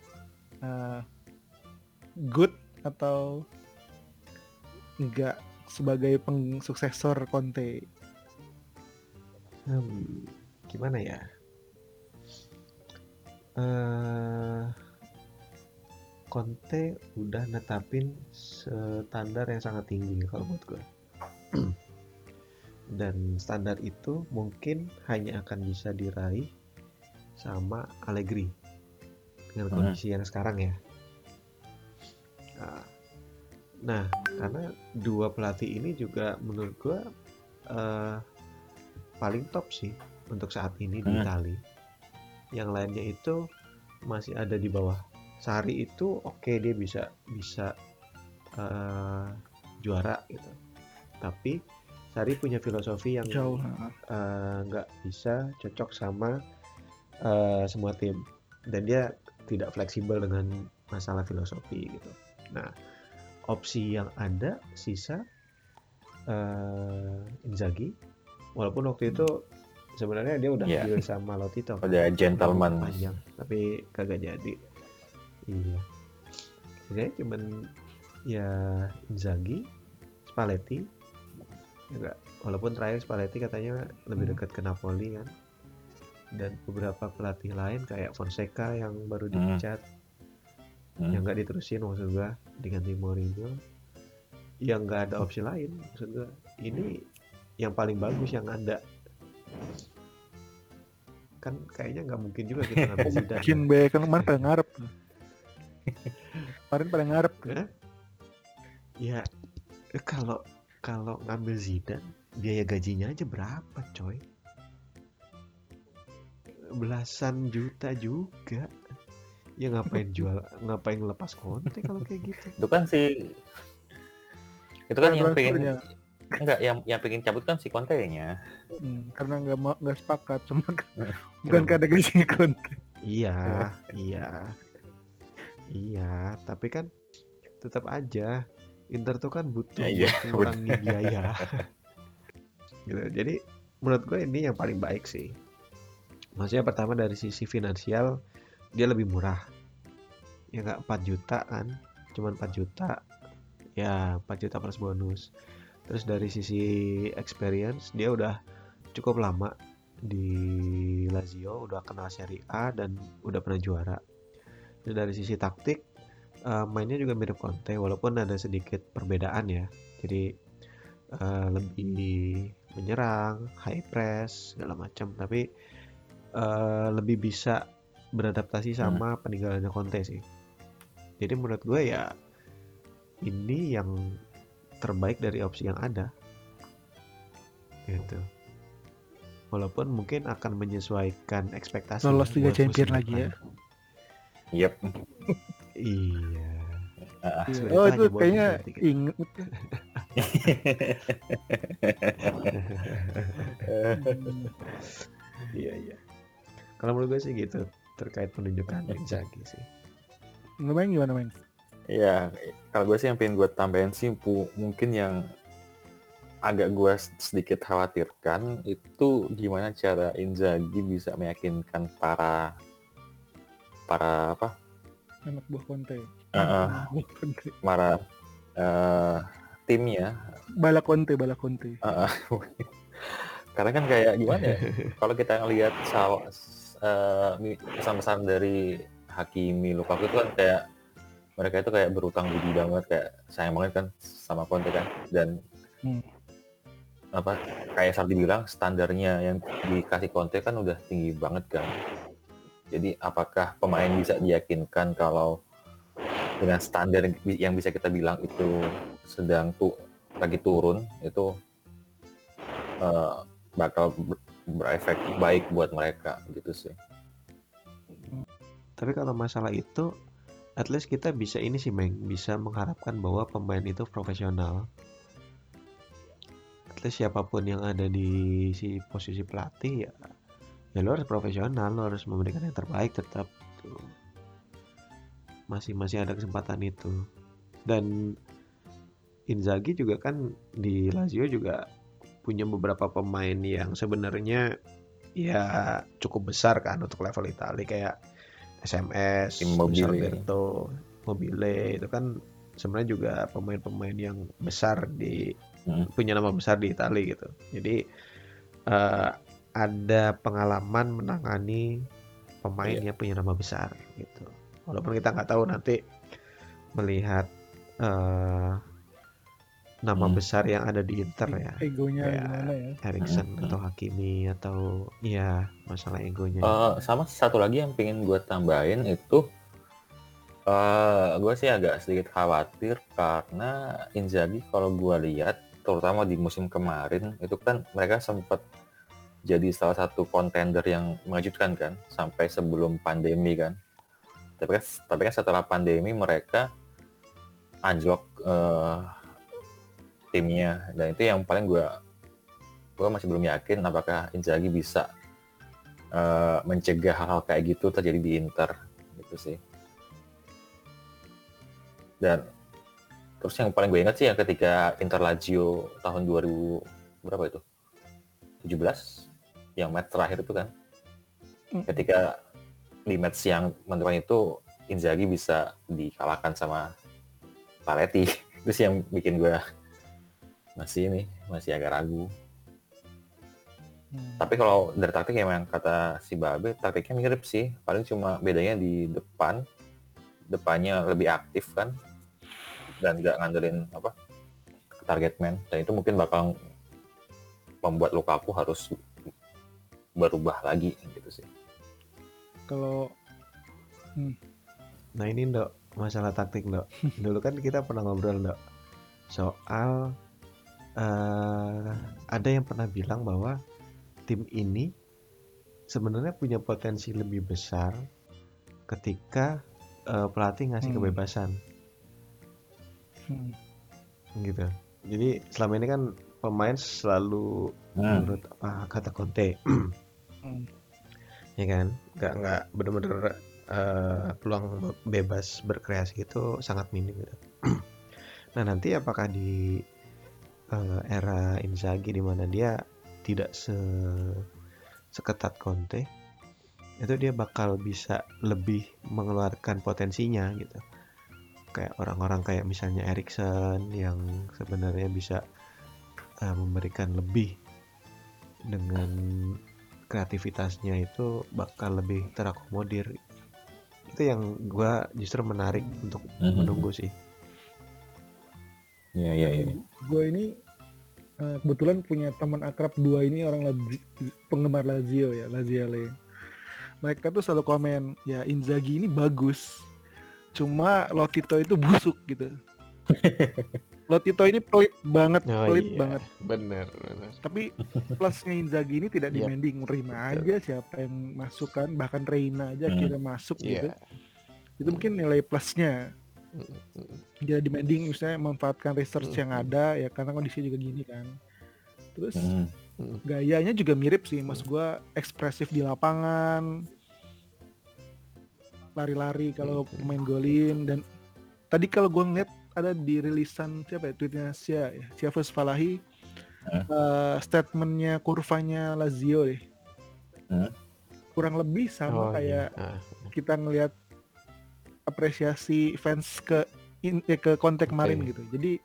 Good atau enggak sebagai pensuksesor Conte? Gimana ya? Conte udah netapin standar yang sangat tinggi kalau menurut gue. Dan standar itu mungkin hanya akan bisa diraih sama Allegri dengan kondisi yang sekarang ya. Nah, karena dua pelatih ini juga menurut gue paling top sih untuk saat ini di Italia. Yang lainnya itu masih ada di bawah. Sarri itu oke, dia bisa juara gitu. Tapi Sarri punya filosofi yang nggak bisa cocok sama semua tim, dan dia tidak fleksibel dengan masalah filosofi gitu. Nah, opsi yang ada sisa Inzaghi, walaupun waktu itu sebenarnya dia udah deal sama Lotito, udah gentleman panjang, tapi kagak jadi. Iya, jadi cuman ya Inzaghi, Spalletti, enggak, walaupun terakhir Spalletti katanya lebih dekat ke Napoli kan, dan beberapa pelatih lain kayak Fonseca yang baru dipecat, yang nggak diterusin maksud gua, diganti Mourinho, yang nggak ada opsi lain maksud gua. Ini yang paling bagus yang ada. Kan kayaknya nggak mungkin juga kita ngambil Zidane. Mungkin be, kan kemarin pada ngarep. Kemarin pada ngarep. Ya kalau ngambil Zidane, biaya gajinya aja berapa coy? Belasan juta juga. Ya ngapain ngelepas Conte kalau kayak gitu? Itu kan itu kan yang pengen yang pengen cabut kan si Conte-nya. Karena nggak sepakat, cuma bukan karena gajinya Conte. Iya, tapi kan tetap aja Inter tuh kan butuh mengurangi biaya. Gitu. Jadi menurut gue ini yang paling baik sih. Maksudnya pertama dari sisi finansial dia lebih murah. Ya nggak 4 juta kan, cuma 4 juta. Ya 4 juta plus bonus. Terus dari sisi experience dia udah cukup lama di Lazio, udah kenal Serie A dan udah pernah juara. Terus dari sisi taktik mainnya juga mirip Conte, walaupun ada sedikit perbedaan ya. Jadi lebih menyerang, high press segala macam, tapi lebih bisa beradaptasi sama peninggalannya Conte sih. Jadi menurut gue ya ini yang terbaik dari opsi yang ada gitu. walaupun mungkin akan menyesuaikan ekspektasi Lolos ya Liga buat Champion musim lagi ya. depan. Yep. Iya. Ah, Iya. Sebenarnya Oh itu itu hanya bonus kayaknya nanti kita. inget. Hmm. Iya. Kalau menurut gue sih gitu terkait penunjukan Inzaghi sih. Ngemeng gimana Meng? Ya, kalau gue sih yang pengen gue tambahin sih mungkin yang agak gue sedikit khawatirkan itu gimana cara Inzaghi bisa meyakinkan para apa Anak buah Conte. uh, Buah Conte. para timnya. Bala Conte. Uh, karena kan kayak gimana ya, kalau kita ngelihat pesan-pesan dari Hakimi, Lukaku itu kan kayak mereka itu kayak berutang budi banget, kayak sayang banget kan sama Conte kan, dan apa kayak Sardi bilang standarnya yang dikasih Conte kan udah tinggi banget kan. Jadi apakah pemain bisa diyakinkan kalau dengan standar yang bisa kita bilang itu sedang lagi turun, itu bakal berefek baik buat mereka gitu sih. Tapi kalau masalah itu, at least kita bisa ini sih Meng, bisa mengharapkan bahwa pemain itu profesional. At least siapapun yang ada di si posisi pelatih ya lo harus profesional, lo harus memberikan yang terbaik tetap tuh. Masih ada kesempatan itu. Dan Inzaghi juga kan di Lazio juga punya beberapa pemain yang sebenarnya ya cukup besar kan untuk level Italia, kayak SMS, Alberto, Mobile itu kan sebenarnya juga pemain-pemain yang besar punya nama besar di Italia gitu. Jadi ada pengalaman menangani pemain yang punya nama besar gitu. Walaupun kita nggak tahu nanti melihat nama besar yang ada di Inter ya, egonya kayak gimana ya, Eriksen atau Hakimi atau ya masalah egonya. Sama satu lagi yang pengen gue tambahin itu, gue sih agak sedikit khawatir karena Inzaghi kalau gue lihat terutama di musim kemarin itu kan mereka sempat jadi salah satu kontender yang mengejutkan kan sampai sebelum pandemi kan. Tapi kan setelah pandemi mereka anjlok timnya, dan itu yang paling gue masih belum yakin apakah Inzaghi bisa mencegah hal-hal kayak gitu terjadi di Inter gitu sih. Dan terus yang paling gue ingat sih yang ketika Inter Lazio tahun 2000 berapa itu 17 yang match terakhir itu kan, ketika di match yang menentukan itu Inzaghi bisa dikalahkan sama Spalletti. Itu sih yang bikin gue masih agak ragu. Tapi kalau dari taktik emang kata si Babe, taktiknya mirip sih, paling cuma bedanya di depannya lebih aktif kan, dan nggak ngandelin target man, dan itu mungkin bakal membuat Lukaku harus berubah lagi gitu sih. Kalau nah ini Dok, masalah taktik Dok. Dulu kan kita pernah ngobrol Dok soal ada yang pernah bilang bahwa tim ini sebenarnya punya potensi lebih besar ketika pelatih ngasih kebebasan gitu. Jadi selama ini kan pemain selalu menurut apa kata Conte ya kan nggak benar-benar peluang bebas berkreasi itu sangat minim gitu. Nah nanti apakah di era Inzaghi di mana dia tidak seketat Conte, itu dia bakal bisa lebih mengeluarkan potensinya gitu. Kayak orang-orang kayak misalnya Eriksen yang sebenarnya bisa memberikan lebih dengan kreativitasnya, itu bakal lebih terakomodir. Itu yang gue justru menarik untuk menunggu sih. Iya. Gue ini kebetulan punya teman akrab dua ini orang penggemar Lazio ya, Laziale. Mereka tuh selalu komen ya Inzaghi ini bagus, cuma Lotito itu busuk gitu. Lotito ini pelit banget, Oh pelit iya, banget. bener. Tapi plusnya Inzaghi ini tidak Yap. demanding, terima Betul. aja siapa yang masuk kan, bahkan Reina aja akhirnya masuk gitu. Iya. Itu mungkin nilai plusnya. Dia demanding misalnya memanfaatkan research yang ada ya, karena kondisi juga gini kan. Terus gayanya juga mirip sih, mas gua ekspresif di lapangan, lari-lari kalau main golin. Dan tadi kalau gua ngeliat ada di rilisan siapa ya, tweetnya Siavus Falahi, statementnya kurvanya Lazio deh, kurang lebih sama kayak kita ngelihat apresiasi fans ke Conte kemarin gitu. Jadi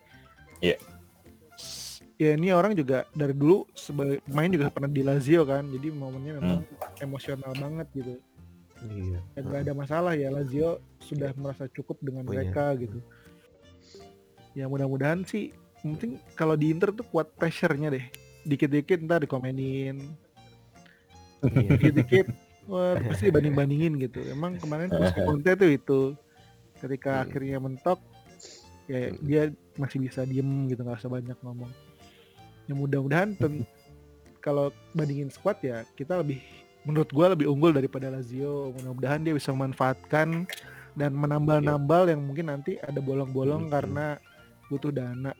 ya ini orang juga dari dulu sebagai pemain juga pernah di Lazio kan, jadi momennya memang emosional banget gitu. Iya. Gak ada masalah ya, Lazio sudah merasa cukup dengan mereka gitu. Ya mudah-mudahan sih, mungkin kalau di Inter tuh kuat pressure-nya deh, dikit-dikit ntar dikomenin, dikit-dikit wah pasti banding-bandingin gitu. Emang kemarin posisi Conte tuh itu ketika akhirnya mentok ya dia masih bisa diem gitu, nggak usah banyak ngomong. Ya mudah-mudahan kalau bandingin squad ya kita menurut gue lebih unggul daripada Lazio. Mudah-mudahan dia bisa memanfaatkan dan menambal-nambal yang mungkin nanti ada bolong-bolong karena butuh dana.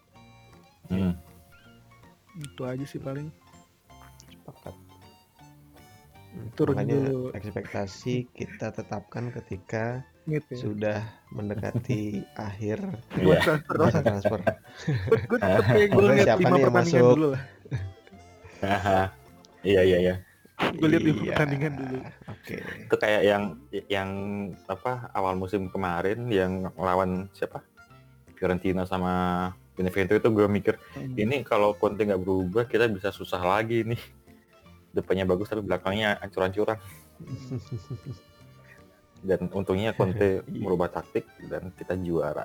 Itu aja sih paling. Sepakat. Turun Makanya dulu. ekspektasi kita tetapkan ketika gitu, sudah mendekati akhir masa transfer. Gue tetep kayak gue lihat 5 pertandingan dulu lah. Iya. Gue lihat 5 pertandingan dulu. Oke. Itu kayak yang apa awal musim kemarin yang lawan siapa? Fiorentina sama Benevento itu gue mikir ini kalau Conte nggak berubah kita bisa susah lagi nih. Depannya bagus tapi belakangnya ancur-ancuran. Dan untungnya Conte merubah taktik dan kita juara.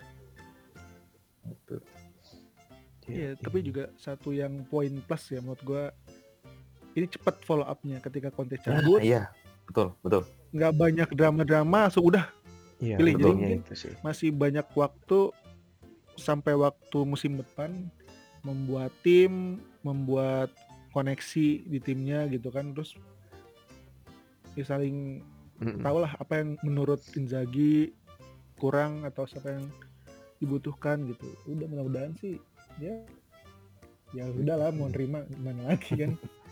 Gitu. Iya, tapi juga satu yang poin plus ya menurut gue, ini cepat follow up-nya ketika Conte cabut. Iya, betul. Nggak banyak drama-drama, langsung udah pilih. Jadi mungkin masih banyak waktu sampai waktu musim depan membuat tim, membuat koneksi di timnya gitu kan, terus ya saling tahu lah apa yang menurut Inzaghi kurang atau siapa yang dibutuhkan gitu. Udah mudah-mudahan sih ya udahlah, mau nerima gimana lagi kan.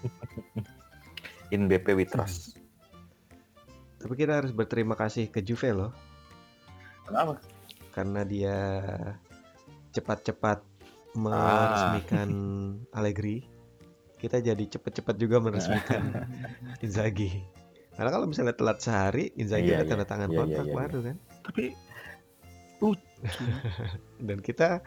In BP we trust. Tapi kita harus berterima kasih ke Juve loh. Kenapa? Karena dia cepat-cepat meresmikan Allegri. Kita jadi cepat-cepat juga meresmikan Inzaghi. Karena kalau misalnya telat sehari, Inzaghi ada tanda tangan kontrak baru kan. Tapi dan kita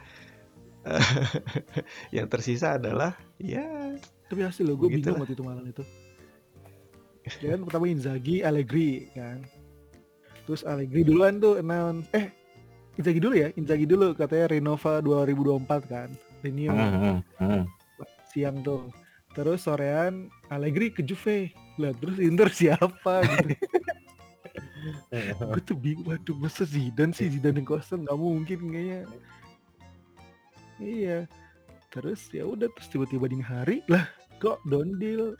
yang tersisa adalah ya. Tapi hasil lo gue bingung waktu itu malam itu. Dia kan pertama Inzaghi, Allegri kan. Terus Allegri duluan tuh announce Inzaghi dulu katanya Renova 2024 kan. Renew. Siang tuh. Terus sorean Allegri ke Juve. Lah terus Inter siapa gitu. Gue tuh bingung, waduh masa Zidane yang kosong, nggak mungkin kayaknya. Iya. Terus ya udah, terus tiba-tiba dini hari lah kok down deal.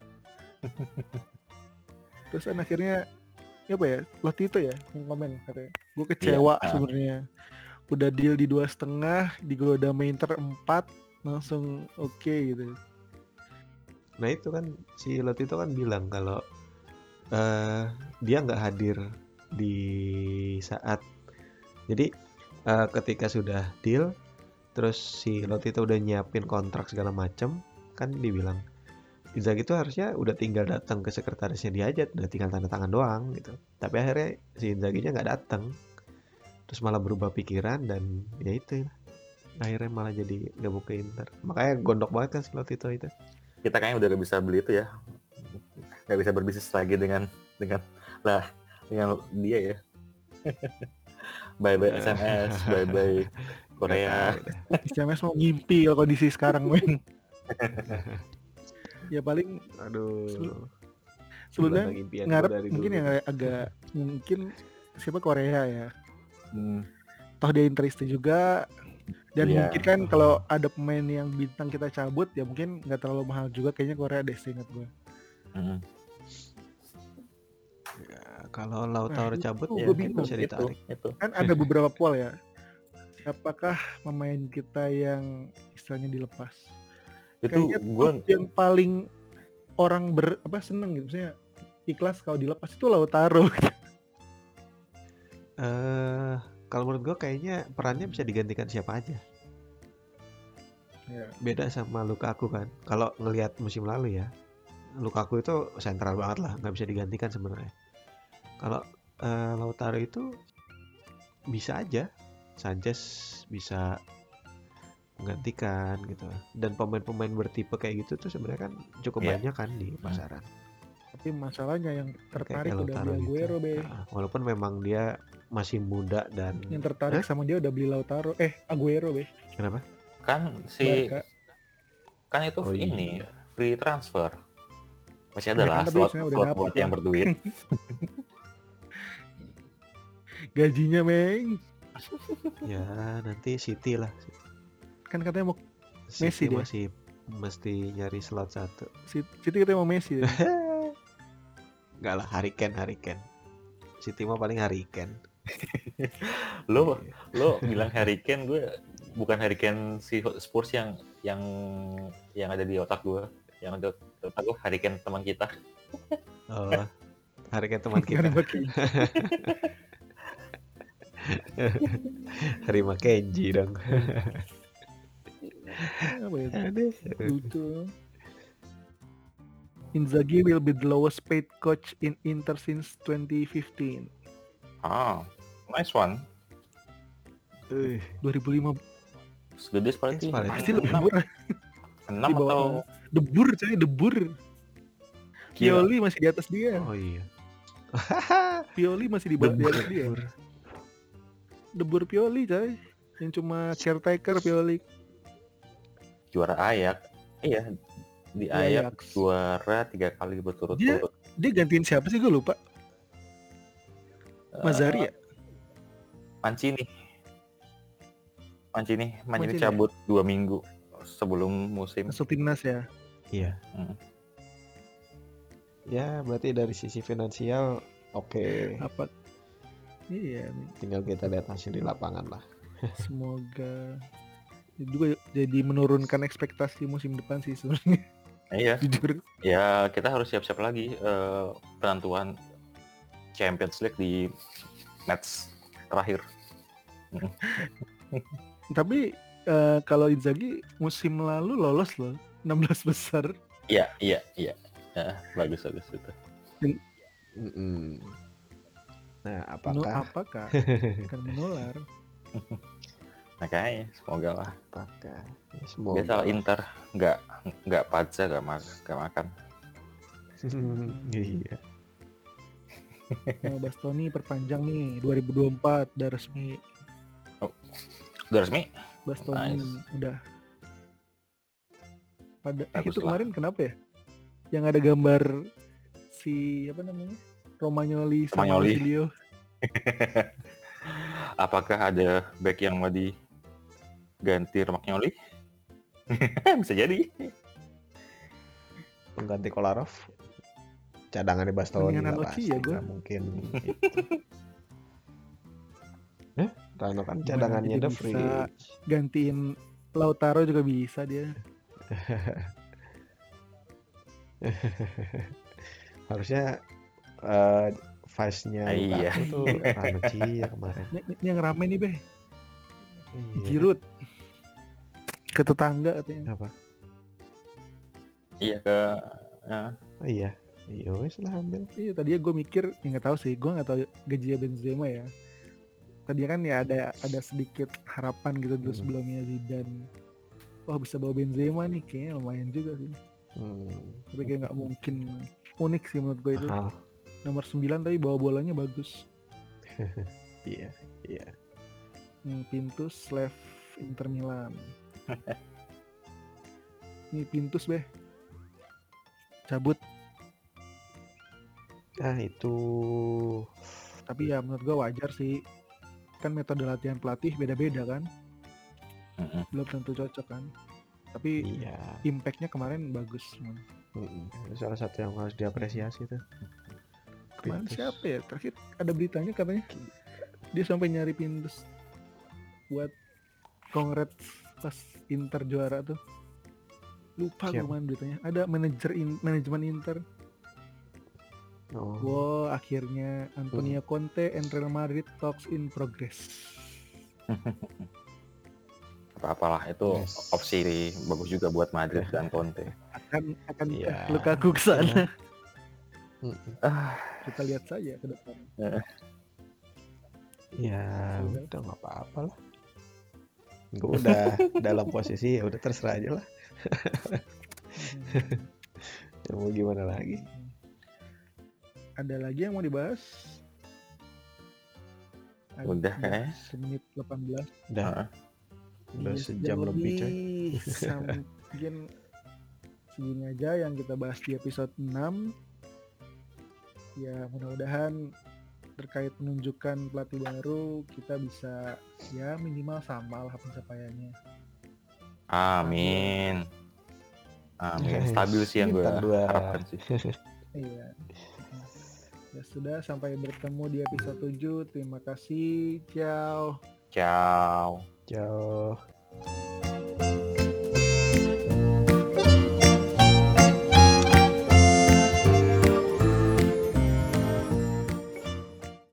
Terus akhirnya apa ya, waktu itu ya yang komen katanya gue kecewa sebenarnya, udah deal di 2,5 digoda main Inter 4 langsung oke gitu. Nah itu kan si Lotito kan bilang kalau dia nggak hadir di saat jadi ketika sudah deal terus si Lotito udah nyiapin kontrak segala macem kan, dibilang Inzaghi itu harusnya udah tinggal datang ke sekretarisnya dia aja, udah tinggal tanda tangan doang gitu. Tapi akhirnya si Inzaghi-nya nggak datang, terus malah berubah pikiran dan ya itu akhirnya malah jadi gabung ke Inter. Makanya gondok banget kan si Lotito itu. Kita kayaknya udah gak bisa beli itu ya, nggak bisa berbisnis lagi dengan dia ya. Bye SMS, bye Korea. SMS mau ngimpi kalau kondisi sekarang men. Ya paling sebelumnya ngarep mungkin yang agak mungkin siapa Korea ya. toh dia Interisti juga. Dan Iya. mungkin kan kalau ada pemain yang bintang kita cabut ya mungkin nggak terlalu mahal juga kayaknya Korea deh seingat gue. Mm. Ya, kalau Lautaro itu cabut gue Ya, bingung. bisa ditarik. itu. Kan ada beberapa pool ya. Siapakah pemain kita yang istilahnya dilepas? Itu Kayaknya gue tuh yang paling orang seneng gitu, misalnya ikhlas kalau dilepas itu Lautaro. Kalau menurut gue kayaknya perannya bisa digantikan siapa aja. Ya. Beda sama Lukaku kan. Kalau ngelihat musim lalu ya, Lukaku itu sentral banget lah, nggak bisa digantikan sebenarnya. Kalau Lautaro itu bisa aja, Sanchez bisa menggantikan gitu. Dan pemain-pemain bertipe kayak gitu tuh sebenarnya kan cukup Iya. banyak kan di pasaran. Tapi masalahnya yang tertarik Kayak udah Lautaro beli Aguero gitu. be. Nah, walaupun memang dia masih muda dan Yang tertarik sama dia udah beli Lautaro. Aguero be. kenapa? kan si Barca. kan itu Oh, ini iya. free transfer. Masih Ya ada lah kan, tapi slot sebenarnya udah slot dapet buat lah. yang berduit. Gajinya meng. Ya nanti City lah. Kan katanya mau City Messi dia. masih mesti nyari slot 1. City katanya mau Messi deh. Enggak lah, Harry Kane. City mah paling Harry Kane. Lo Iya. bilang Harry Kane, gue bukan Harry Kane si Spurs yang ada di otak gue. Yang ada di otak gue Harry Kane teman kita. Oh, Harry Kane teman kita. Harry Kane. Harry Mackenzie dong. Apa ya? Aduh. Lucu. Inzaghi will be the lowest paid coach in Inter since 2015. Ah, nice one. 2005 Segede Spalletti. pasti lebih murah. 6 Di bawah atau Debur coy, Debur. Pioli masih di atas dia. Oh iya. Pioli masih di atas dia. Debur Pioli coy. Yang cuma caretaker Pioli. juara Ajax. Iya, di Ajax juara 3 kali berturut-turut. Dia gantiin siapa sih, gue lupa. Mazzari ya? Mancini cabut 2 minggu sebelum musim. Masuk timnas ya? Iya. Ya berarti dari sisi finansial oke. Apa? Iya. Tinggal kita lihat hasil di lapangan lah. Semoga juga jadi menurunkan ekspektasi musim depan sih sebenarnya. Iya. Jujur. Ya kita harus siap-siap lagi penentuan Champions League di match terakhir. Tapi kalau Inzaghi musim lalu lolos loh 16 besar. Iya. Bagus itu. Nah, apakah akan menular? Makanya semoga lah. Apakah? Semoga. Biasa Inter nggak pajak nggak makan. Iya. Bastoni perpanjang nih 2024 udah resmi. Udah resmi? Bastoni udah. Itu Bagus lah. kemarin kenapa ya? Yang ada gambar si apa namanya? Romagnoli sama Silio. Apakah ada back yang mau diganti Romagnoli? Bisa jadi. Pengganti Kolarov. Cadangannya Bastoni lah pasti. Ya, nggak mungkin. Rano kan cadangannya The Free. Gantiin Lautaro juga bisa dia. Harusnya Vice-nya Iya. Lukaku tuh Rano Cia kemarin. Yang rame nih Be. Iya. Giroud ke tetangga katanya. Apa? Iya ke. Oh iya. Iya wes lah ambil. Iya tadinya gue mikir, nggak tahu sih, gue nggak tahu gajinya Benzema ya. Tadinya kan ya ada sedikit harapan gitu dulu sebelumnya Zidane. Wah bisa bawa Benzema nih, kayaknya lumayan juga sih. Tapi kayak nggak mungkin. Unik sih menurut gue itu. Nomor 9 tapi bawa bolanya bagus. Iya. Pintus left Inter Milan. Ini Pintus Be. Cabut. Itu. Tapi ya menurut gue wajar sih. kan metode latihan pelatih beda-beda kan, Mm-mm. belum tentu cocok kan. Tapi Iya. impact-nya kemarin bagus. Itu salah satu yang harus diapresiasi tuh. Kemarin Pintus. siapa ya? Terakhir ada beritanya katanya dia sampai nyari Pintus buat congrats pas Inter juara tuh. Lupa gue Siapa? kemarin beritanya. Ada manajemen Inter. Oh. Wow, akhirnya Antonio Conte and Real Madrid talks in progress. Apa-apalah itu Yes. opsi bagus juga buat Madrid dan Conte. Akan Iya. Lukaku ke sana. Ah, Kita lihat saja ke depan. Ya Sudah. udah nggak apa-apa lah. Gue udah dalam posisi ya udah terserah aja lah. Ya mau gimana lagi? Ada lagi yang mau dibahas? Udah kayaknya. Semenit 18. Udah Iya, sejam lebih coy. Mungkin segini aja yang kita bahas di episode 6. Ya mudah-mudahan terkait penunjukan pelatih baru kita bisa ya minimal sama lah pencapaiannya. Amin. Stabil sih yang gue Bintang 2. harapkan sih. Iya. Ya sudah, sampai bertemu di episode 7. Terima kasih. Ciao. Ciao. Ciao.